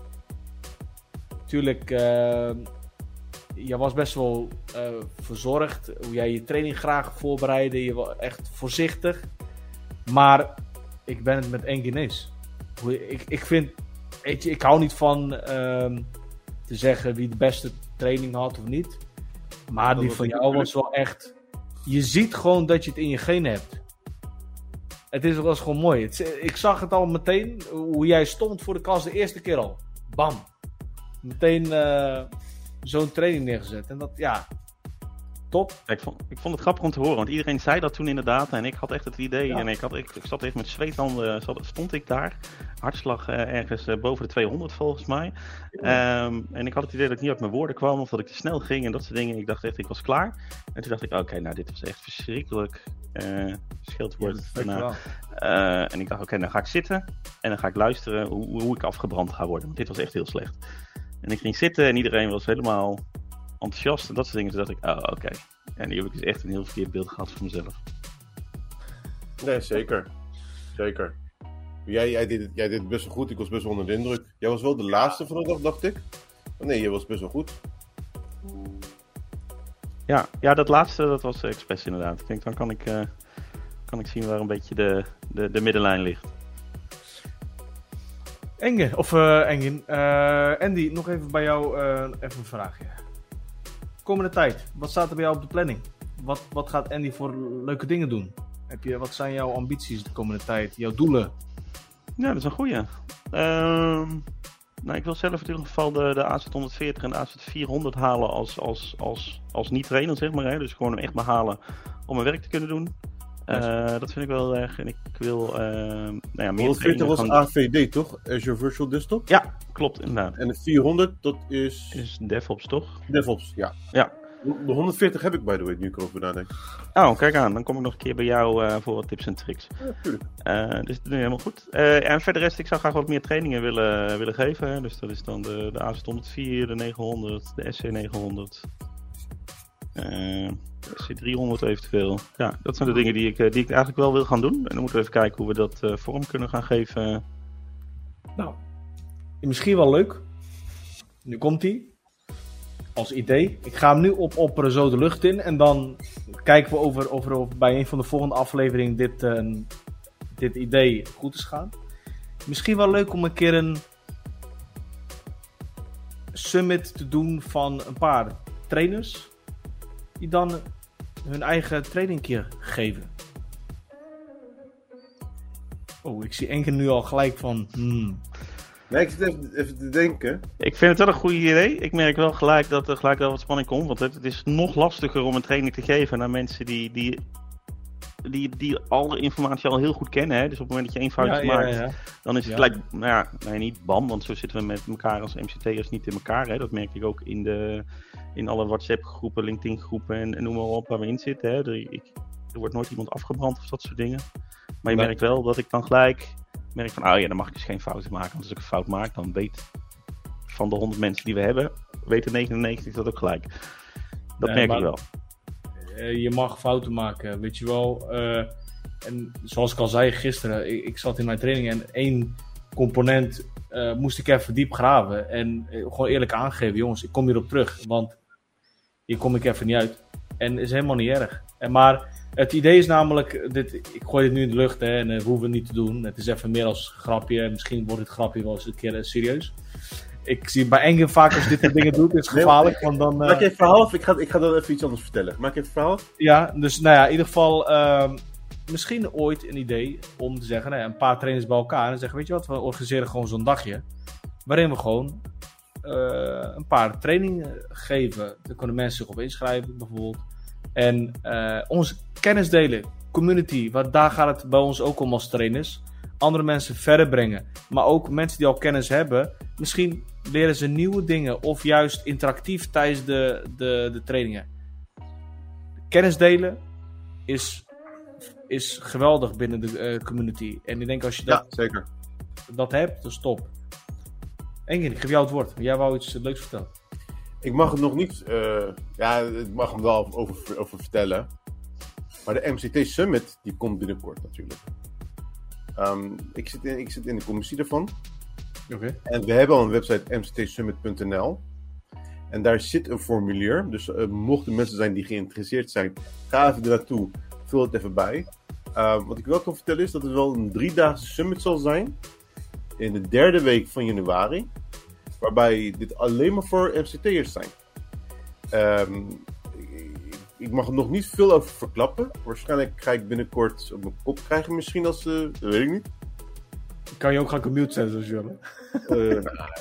Tuurlijk... Uh, je was best wel uh, verzorgd. Hoe jij je training graag voorbereidde. Je was echt voorzichtig. Maar... Ik ben het met Engin eens. Ik, ik vind... Weet je, ik hou niet van um, te zeggen wie de beste training had of niet. Maar dat die van jou was wel echt... Je ziet gewoon dat je het in je genen hebt. Het is wel eens gewoon mooi. Het, ik zag het al meteen, hoe jij stond voor de klas de eerste keer al. Bam. Meteen uh, zo'n training neergezet. En dat, ja... Top. Ja, ik, vond, ik vond het grappig om te horen, want iedereen zei dat toen inderdaad. En ik had echt het idee, ja. en ik, had, ik, ik zat even met zweethanden, stond ik daar. Hartslag uh, ergens uh, boven de tweehonderd volgens mij. Ja. Um, en ik had het idee dat ik niet uit mijn woorden kwam, of dat ik te snel ging en dat soort dingen. Ik dacht echt, ik was klaar. En toen dacht ik, oké, okay, nou dit was echt verschrikkelijk. Uh, scheldwoord. Ja, uh, uh, en ik dacht, oké, okay, dan ga ik zitten. En dan ga ik luisteren hoe, hoe ik afgebrand ga worden. Want dit was echt heel slecht. En ik ging zitten en iedereen was helemaal... enthousiast en dat soort dingen. Toen dacht ik, oh oké. Okay. En nu heb ik dus echt een heel verkeerd beeld gehad van mezelf. Nee, zeker. Zeker. Jij, jij, deed het, jij deed het best wel goed. Ik was best wel onder de indruk. Jij was wel de laatste van de dag, dacht ik. Oh, nee, jij was best wel goed. Ja, ja, dat laatste, dat was expres inderdaad. Ik denk, dan kan ik, uh, kan ik zien waar een beetje de, de, de middenlijn ligt. Engin, of uh, Engin. Uh, Andy, nog even bij jou uh, even een vraagje. Komende tijd, wat staat er bij jou op de planning? Wat, wat gaat Andy voor leuke dingen doen? Heb je, wat zijn jouw ambities de komende tijd? Jouw doelen? Ja, dat is een goeie. Uh, nou, ik wil zelf in ieder geval de, de A Z honderdveertig en de A Z vierhonderd halen als, als, als, als niet-trainer, zeg maar. Hè? Dus gewoon hem echt maar halen om mijn werk te kunnen doen. Uh, dat vind ik wel erg. En ik wil uh, nou ja, meer honderdveertig was gaan... A V D, toch? Azure Virtual Desktop? Ja, klopt, inderdaad. En de vierhonderd, dat is... is DevOps, toch? DevOps, ja. Ja. De honderdveertig heb ik, by the way, nu ik erover nadenk. Oh, kijk aan. Dan kom ik nog een keer bij jou uh, voor wat tips en tricks. Ja, natuurlijk. Uh, dus dat doe je helemaal goed. Uh, en verder rest, ik zou graag wat meer trainingen willen, willen geven. Hè. Dus dat is dan de, de A Z honderdvier, de negenhonderd, de S C negenhonderd. Uh, S C driehonderd eventueel. Ja, dat zijn de dingen die ik, die ik eigenlijk wel wil gaan doen. En dan moeten we even kijken hoe we dat uh, vorm kunnen gaan geven. Nou, misschien wel leuk. Nu komt hij. Als idee. Ik ga hem nu opopperen zo de lucht in. En dan kijken we over, over, over bij een van de volgende afleveringen dit, uh, dit idee goed is gaan. Misschien wel leuk om een keer een summit te doen van een paar trainers. Die dan hun eigen training keer geven. Oh, ik zie Enke nu al gelijk van... Hmm. Nee, ik zit even, even te denken. Ik vind het wel een goed idee. Ik merk wel gelijk dat er gelijk wel wat spanning komt. Want het, het is nog lastiger om een training te geven aan mensen die, die, die, die alle informatie al heel goed kennen. Hè? Dus op het moment dat je één foutje ja, maakt, ja, ja. dan is het ja. gelijk, nou ja, nee, niet bam. Want zo zitten we met elkaar als M C T'ers niet in elkaar. Hè? Dat merk ik ook in, de, in alle WhatsApp groepen, LinkedIn groepen en, en noem maar op waar we in zitten. Hè? Er, ik, er wordt nooit iemand afgebrand of dat soort dingen. Maar je nee. merkt wel dat ik dan gelijk... merk van, oh ja, dan mag ik dus geen fouten maken. Want als ik een fout maak, dan weet van de honderd mensen die we hebben, weten negenennegentig dat ook gelijk. Dat nee, merk maar, ik wel. Uh, je mag fouten maken, weet je wel. Uh, en zoals ik al zei gisteren, ik, ik zat in mijn training en één component uh, moest ik even diep graven. En uh, gewoon eerlijk aangeven, jongens, ik kom hierop terug. Want hier kom ik even niet uit. En het is helemaal niet erg. En maar... Het idee is namelijk, dit, ik gooi dit nu in de lucht hè, en uh, we hoeven het niet te doen. Het is even meer als een grapje. Misschien wordt het grapje wel eens een keer uh, serieus. Ik zie bij Engen vaak als je dit soort dingen doet, is het gevaarlijk. Want dan, uh... Maak even verhaal af, ik ga, ik ga dan even iets anders vertellen. Maak even verhaal af. Ja, dus nou ja, in ieder geval uh, misschien ooit een idee om te zeggen, nou ja, een paar trainers bij elkaar. En zeggen, weet je wat, we organiseren gewoon zo'n dagje. Waarin we gewoon uh, een paar trainingen geven. Daar kunnen mensen zich op inschrijven bijvoorbeeld. En uh, onze kennis delen, community, want daar gaat het bij ons ook om als trainers. Andere mensen verder brengen, maar ook mensen die al kennis hebben. Misschien leren ze nieuwe dingen of juist interactief tijdens de, de, de trainingen. Kennis delen is, is geweldig binnen de uh, community. En ik denk als je dat, ja, zeker. dat hebt, dan stop. Engin, ik geef jou het woord. Jij wou iets leuks vertellen. Ik mag het nog niet, uh, ja, ik mag hem wel over, over vertellen. Maar de M C T Summit, die komt binnenkort natuurlijk. Um, ik, zit in, ik zit in de commissie daarvan. Okay. En we hebben al een website m c t summit punt n l. En daar zit een formulier. Dus uh, mochten mensen zijn die geïnteresseerd zijn, ga even er naartoe. Vul het even bij. Uh, wat ik wel kan vertellen is dat het wel een driedaagse summit zal zijn. In de derde week van januari. Waarbij dit alleen maar voor M C T'ers zijn. Um, ik, ik mag er nog niet veel over verklappen. Waarschijnlijk ga ik binnenkort op mijn kop krijgen misschien als... Uh, dat weet ik niet. Kan je ook gaan commute zetten zoals jullie? Uh,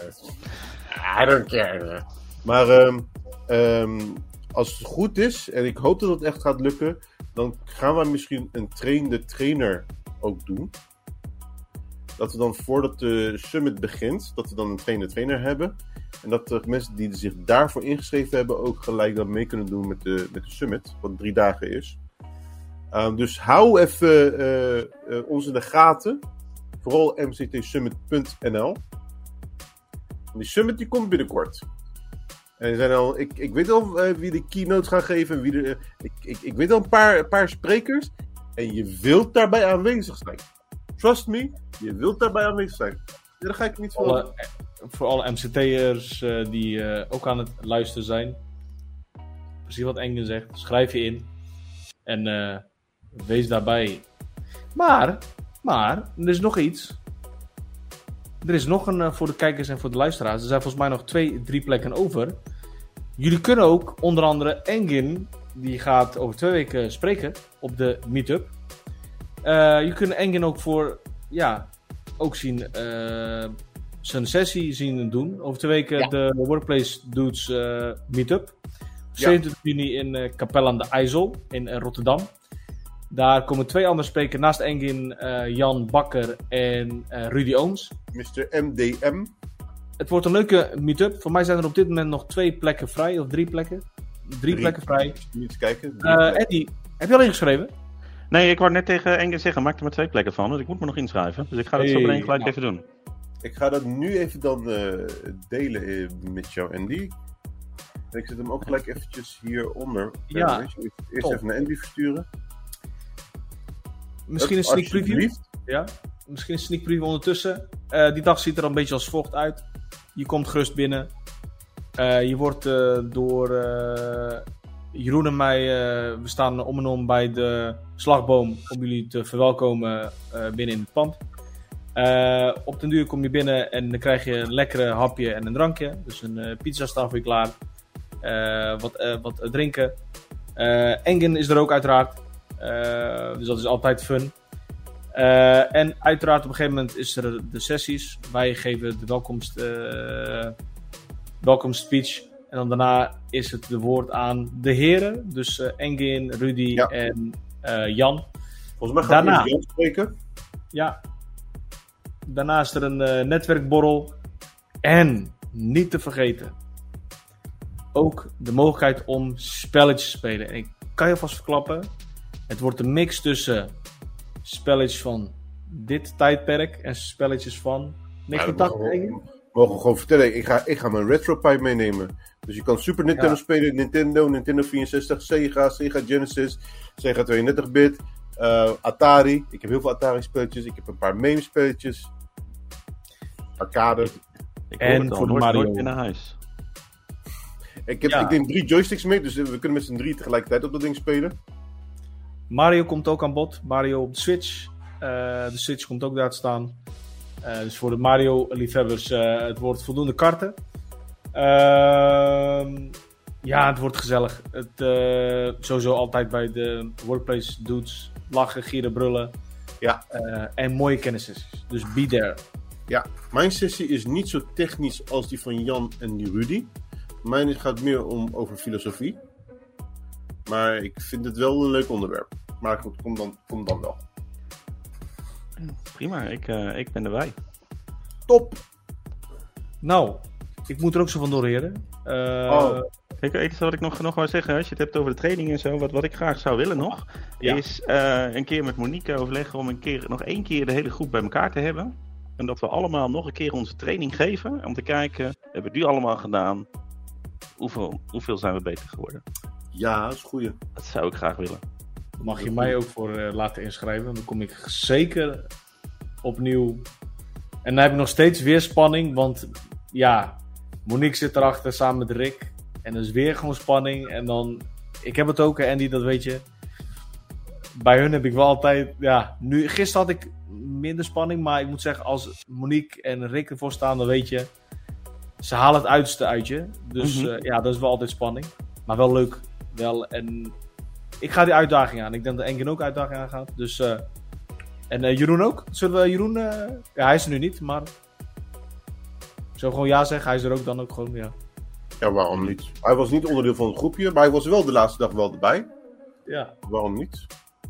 I don't care. Maar um, um, als het goed is, en ik hoop dat het echt gaat lukken, dan gaan we misschien een trainde trainer ook doen. Dat we dan voordat de summit begint, dat we dan een trainde trainer hebben. En dat de mensen die zich daarvoor ingeschreven hebben ook gelijk dan mee kunnen doen met de, met de summit, wat drie dagen is. Um, dus hou even uh, uh, ons in de gaten. Vooral m c t summit punt n l. Die summit die komt binnenkort. En er zijn al, ik, ik weet al uh, wie de keynote gaat geven. Wie de, uh, ik, ik, ik weet al een paar, een paar sprekers. En je wilt daarbij aanwezig zijn. Trust me, je wilt daarbij aanwezig zijn. Ja, daar ga ik niet voor. Alle, voor alle M C T'ers uh, die uh, ook aan het luisteren zijn. Precies wat Engel zegt. Schrijf je in. En uh, wees daarbij. Maar... Maar, er is nog iets. Er is nog een uh, voor de kijkers en voor de luisteraars. Er zijn volgens mij nog twee, drie plekken over. Jullie kunnen ook, onder andere Engin, die gaat over twee weken spreken op de meetup. Uh, je kunt Engin ook voor, ja, ook zien, uh, zijn sessie zien doen. Over twee weken ja. de Workplace Dudes uh, meetup. zevenentwintig juni in uh, Capelle aan de IJssel in uh, Rotterdam. Daar komen twee andere sprekers naast Engin, uh, Jan Bakker en uh, Rudy Ooms. mister M D M. Het wordt een leuke meetup. Voor mij zijn er op dit moment nog twee plekken vrij, of drie plekken. Drie, Drie. plekken vrij. Niet eens kijken. Drie Uh, plekken. Eddie, heb je al ingeschreven? Nee, ik wou net tegen Engen zeggen, maak er maar twee plekken van. Dus ik moet me nog inschrijven. Dus ik ga dat Hey, zo meteen gelijk nou. even doen. Ik ga dat nu even dan uh, delen uh, met jou, Andy. En ik zet hem ook gelijk eventjes hieronder. Ja, Eerst, eerst top. even naar Andy versturen. Misschien een Dat, sneak preview? alsjeblieft. Ja, misschien een sneak preview ondertussen. Uh, die dag ziet er een beetje als volgt uit. Je komt gerust binnen. Uh, je wordt uh, door uh, Jeroen en mij... Uh, we staan om en om bij de slagboom om jullie te verwelkomen uh, binnen in het pand. Uh, op den duur kom je binnen en dan krijg je een lekkere hapje en een drankje. Dus een uh, pizza staat voor je klaar. Uh, wat, uh, wat uh, drinken. Uh, Engen is er ook uiteraard. Uh, dus dat is altijd fun. Uh, en uiteraard op een gegeven moment is er de sessies. Wij geven de welkomst, uh, welkomstspeech. En dan daarna is het de woord aan de heren. Dus uh, Engin, Rudy Ja. en uh, Jan. Volgens mij gaan we Daarna. eerst Jan spreken. Ja. Daarna is er een uh, netwerkborrel. En niet te vergeten. Ook de mogelijkheid om spelletjes te spelen. En ik kan je vast verklappen. Het wordt een mix tussen spelletjes van dit tijdperk en spelletjes van negenentachtig. Ja, denk ik. mogen, mogen we gewoon vertellen. Ik ga, ik ga mijn RetroPie meenemen. Dus je kan Super Nintendo Ja. spelen, Nintendo, Nintendo vierenzestig, Sega, Sega Genesis, Sega tweeëndertig bit, uh, Atari. Ik heb heel veel Atari spelletjes. Ik heb een paar meme spelletjes. Arcade. Ik En hoor het al, voor de nooit, Mario. nooit meer naar huis. Ik, heb, Ja. ik neem drie joysticks mee, dus we kunnen met z'n drie tegelijkertijd op dat ding spelen. Mario komt ook aan bod. Mario op de Switch. Uh, de Switch komt ook daar te staan. Uh, dus voor de Mario-liefhebbers, uh, het wordt voldoende karten. Uh, ja, het wordt gezellig. Het, uh, sowieso altijd bij de Workplace Dudes. Lachen, gieren, brullen. Ja. Uh, en mooie kennissessies. Dus be there. Ja, mijn sessie is niet zo technisch als die van Jan en die Rudy. Mijn gaat meer om over filosofie. Maar ik vind het wel een leuk onderwerp. Maar goed, kom dan, kom dan wel. Prima, ik, uh, ik ben erbij. Top! Nou, ik moet er ook zo vandoor, heren. Uh, Oh. Kijk, iets wat ik nog, nog wou zeggen, als je het hebt over de training en zo, wat, wat ik graag zou willen nog, Ja. is uh, een keer met Monique overleggen om een keer, nog één keer de hele groep bij elkaar te hebben. En dat we allemaal nog een keer onze training geven, om te kijken, we hebben het nu allemaal gedaan, hoeveel, hoeveel zijn we beter geworden? Ja, dat is een goeie. Dat zou ik graag willen. Daar mag je mij ook voor uh, laten inschrijven. Dan kom ik zeker opnieuw. En dan heb ik nog steeds weer spanning. Want ja, Monique zit erachter samen met Rick. En er is weer gewoon spanning. En dan, ik heb het ook, hè, Andy, dat weet je. Bij hun heb ik wel altijd, ja, nu, gisteren had ik minder spanning. Maar ik moet zeggen, als Monique en Rick ervoor staan, dan weet je, ze halen het uiterste uit je. Dus Mhm. uh, ja, dat is wel altijd spanning. Maar wel leuk. Wel, en ik ga die uitdaging aan. Ik denk dat Engen ook uitdaging aangaat. Dus, uh, en uh, Jeroen ook. Zullen we Jeroen... Uh, ja, hij is er nu niet, maar... Ik zou gewoon ja zeggen. Hij is er ook dan ook gewoon, ja. Ja, waarom niet? Hij was niet onderdeel van het groepje, maar hij was wel de laatste dag wel erbij. Ja. Waarom niet?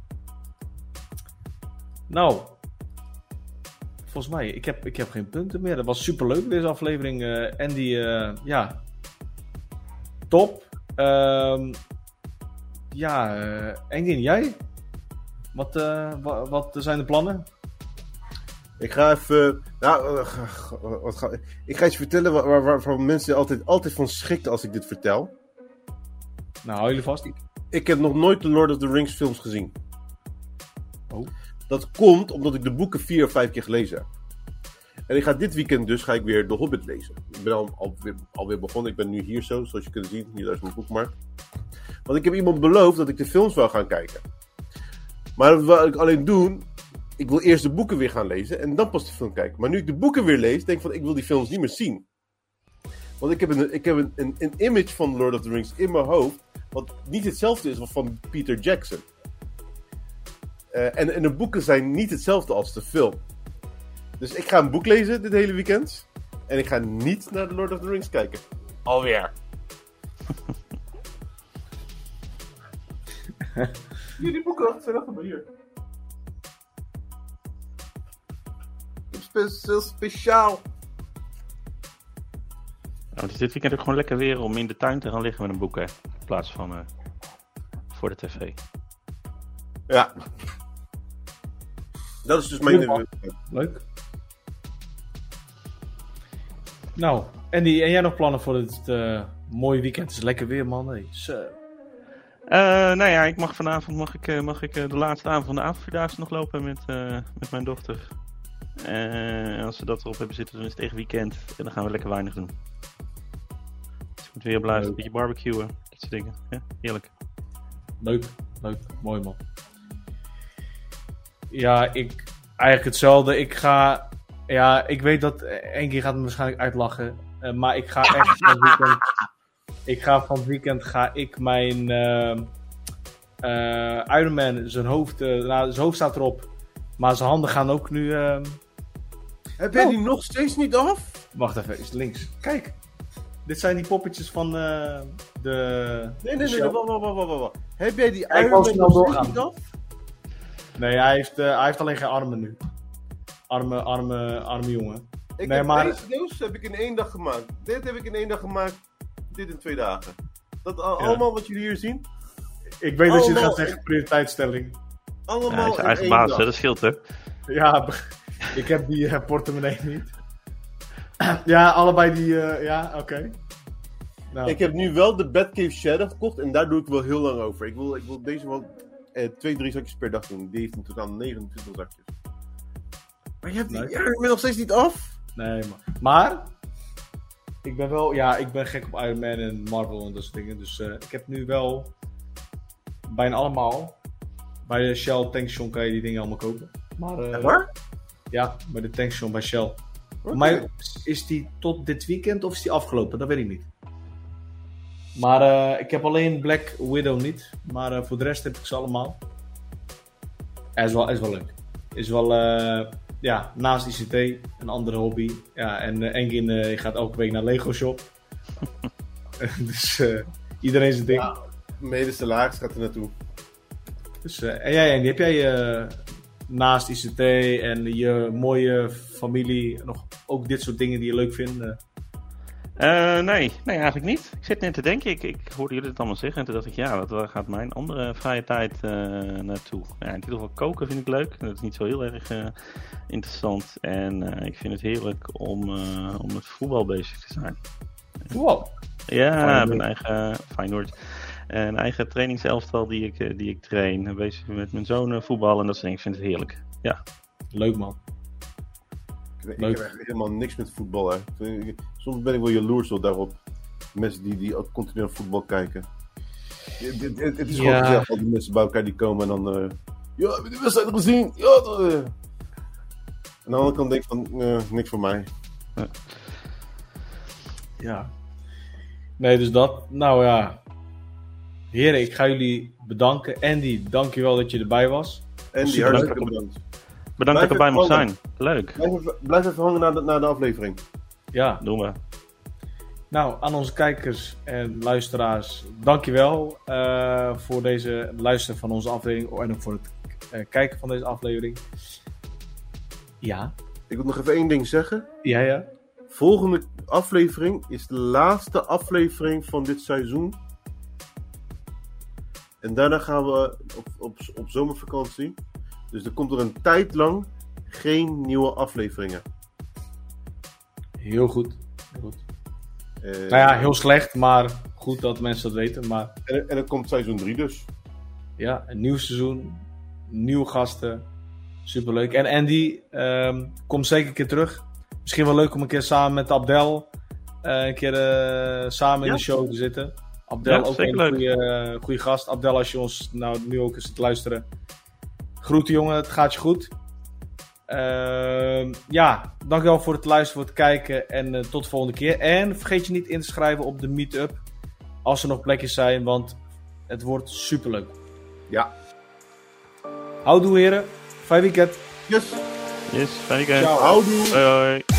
Nou. Volgens mij, ik heb, ik heb geen punten meer. Dat was superleuk deze aflevering. Uh, Andy, uh, ja. Top. Um, ja, uh, Engen, jij? Wat, uh, wat, wat zijn de plannen? Ik ga even... Nou, uh, wat ga, ik ga iets vertellen waar, waar, waarvan mensen altijd, altijd van schrikken als ik dit vertel. Nou, hou jullie vast. Ik heb nog nooit de Lord of the Rings films gezien. Oh. Dat komt omdat ik de boeken vier of vijf keer gelezen heb. En ik ga dit weekend dus ga ik weer The Hobbit lezen. Ik ben al, alweer, alweer begonnen. Ik ben nu hier zo, zoals je kunt zien. Hier is mijn boekmark. Want ik heb iemand beloofd dat ik de films wil gaan kijken. Maar wat wil ik alleen doen... Ik wil eerst de boeken weer gaan lezen en dan pas de film kijken. Maar nu ik de boeken weer lees, denk ik van ik wil die films niet meer zien. Want ik heb een, ik heb een, een, een image van Lord of the Rings in mijn hoofd... wat niet hetzelfde is als van Peter Jackson. Uh, en, en de boeken zijn niet hetzelfde als de film. Dus ik ga een boek lezen dit hele weekend. En ik ga niet naar de Lord of the Rings kijken. Alweer. Hier, die boeken zijn achter me hier. Spe- speciaal. Nou, het is dit weekend ook gewoon lekker weer om in de tuin te gaan liggen met een boek, hè. In plaats van uh, voor de tv. Ja. Dat is dus mijn... Leuk. Leuk. Nou, Andy, en jij nog plannen voor het uh, mooie weekend? Het is lekker weer, man. Hey. So. Uh, nou ja, ik mag vanavond mag ik, uh, mag ik uh, de laatste avond van de avondvierdaagse nog lopen met, uh, met mijn dochter. En uh, als we dat erop hebben zitten, dan is het echt weekend. En dan gaan we lekker weinig doen. Dus ik moet weer blijven, een beetje barbecuen, dat soort dingen. Ja, heerlijk. Leuk, leuk. Mooi, man. Ja, ik... Eigenlijk hetzelfde. Ik ga... Ja, ik weet dat... Eén keer gaat me waarschijnlijk uitlachen. Uh, maar ik ga echt van het weekend... Ik ga van het weekend ga ik mijn... Uh, uh, Iron Man, zijn hoofd... Uh, nou, zijn hoofd staat erop. Maar zijn handen gaan ook nu... Uh... Heb jij oh. die nog steeds niet af? Wacht even, is links. Kijk. Dit zijn die poppetjes van uh, de... Nee, nee, nee. nee wacht, wacht, wacht, wacht. Heb jij die Iron Man nog steeds niet af? Nee, hij heeft, uh, hij heeft alleen geen armen nu. Arme, arme, arme jongen. Ik nee, heb maar... deze doos heb ik in één dag gemaakt. Dit heb ik in één dag gemaakt. Dit in twee dagen. Dat al, ja. allemaal wat jullie hier zien. Ik weet allemaal dat je het gaat zeggen, in... prioriteitsstelling. Allemaal ja, hij is in eigen één baas, dag. hè? Dat scheelt, hè? Ja, ik heb die uh, portemonnee niet. Ja, allebei die... Uh, ja, oké. Okay. Nou. Ik heb nu wel de Batcave Shadow gekocht en daar doe ik wel heel lang over. Ik wil, ik wil deze wel eh, twee, drie zakjes per dag doen. Die heeft in totaal negenentwintig zakjes. Maar je hebt die nee. Iron Man nog steeds niet af? Nee, maar... Maar... Ik ben wel... Ja, ik ben gek op Iron Man en Marvel en dat soort dingen. Dus uh, ik heb nu wel... Bijna allemaal... Bij de Shell Tankstation kan je die dingen allemaal kopen. Maar, uh, waar? Ja, bij de Tankstation bij Shell. Okay. Voor mij is die tot dit weekend of is die afgelopen? Dat weet ik niet. Maar uh, ik heb alleen Black Widow niet. Maar uh, voor de rest heb ik ze allemaal. Hij is wel, is wel leuk. Is wel, uh, ja, naast I C T een andere hobby. Ja, en uh, Engin uh, gaat elke week naar Lego Shop. Dus uh, iedereen zijn ding. Ja, mede salaris gaat er naartoe. Dus, uh, en jij, Andy, heb jij uh, naast I C T en je mooie familie nog ook dit soort dingen die je leuk vindt? Uh? Uh, nee, nee, eigenlijk niet. Ik zit net te denken, ik, ik hoorde jullie het allemaal zeggen en toen dacht ik, ja, wat, waar gaat mijn andere vrije tijd uh, naartoe? Ja, in ieder geval koken vind ik leuk, dat is niet zo heel erg uh, interessant. En uh, ik vind het heerlijk om, uh, om met voetbal bezig te zijn. Voetbal? Ja, ik heb een eigen, Feyenoord, een eigen trainingselftal die ik, die ik train. Bezig met mijn zoon voetbal en dat soort dingen, ik vind het heerlijk. Ja. Leuk, man. Ik, ik heb echt helemaal niks met voetbal, hè. Soms ben ik wel jaloers op daarop. Mensen die, die ook continu naar voetbal kijken. Het, het, het, het is ja. gewoon gezellig, al die mensen bij elkaar die komen en dan... Uh, ja, heb je de wedstrijd gezien? Ja, uh. En aan de andere kant denk ik van, uh, niks voor mij. Ja. ja. Nee, dus dat. Nou ja. Heren, ik ga jullie bedanken. Andy, dankjewel dat je erbij was. Andy, hartstikke bedankt. Bedankt dat ik erbij mocht zijn. Leuk. Blijf even, blijf even hangen na de, na de aflevering. Ja. Doen we. Nou, aan onze kijkers en luisteraars, dankjewel uh, voor deze luisteren van onze aflevering en ook voor het uh, kijken van deze aflevering. Ja. Ik wil nog even één ding zeggen. Ja, ja. Volgende aflevering is de laatste aflevering van dit seizoen. En daarna gaan we op, op, op zomervakantie. Dus er komt er een tijd lang geen nieuwe afleveringen. Heel goed. Heel goed. Uh, nou ja, heel slecht, maar goed dat mensen dat weten. Maar... En, en dan komt seizoen drie dus. Ja, een nieuw seizoen. Nieuwe gasten. Superleuk. En Andy, um, kom zeker een keer terug. Misschien wel leuk om een keer samen met Abdel uh, een keer uh, samen ja. in de show te zitten. Abdel, ja, ook een goede, goede gast. Abdel, als je ons nou nu ook eens te luisteren. Groeten jongen, het gaat je goed. Uh, ja, dankjewel voor het luisteren, voor het kijken en uh, tot de volgende keer. En vergeet je niet in te schrijven op de meetup als er nog plekjes zijn, want het wordt superleuk. Ja. Houdoe heren, fijn weekend. Yes. Yes, fijn weekend. Ciao, houdoe. Hoi hoi.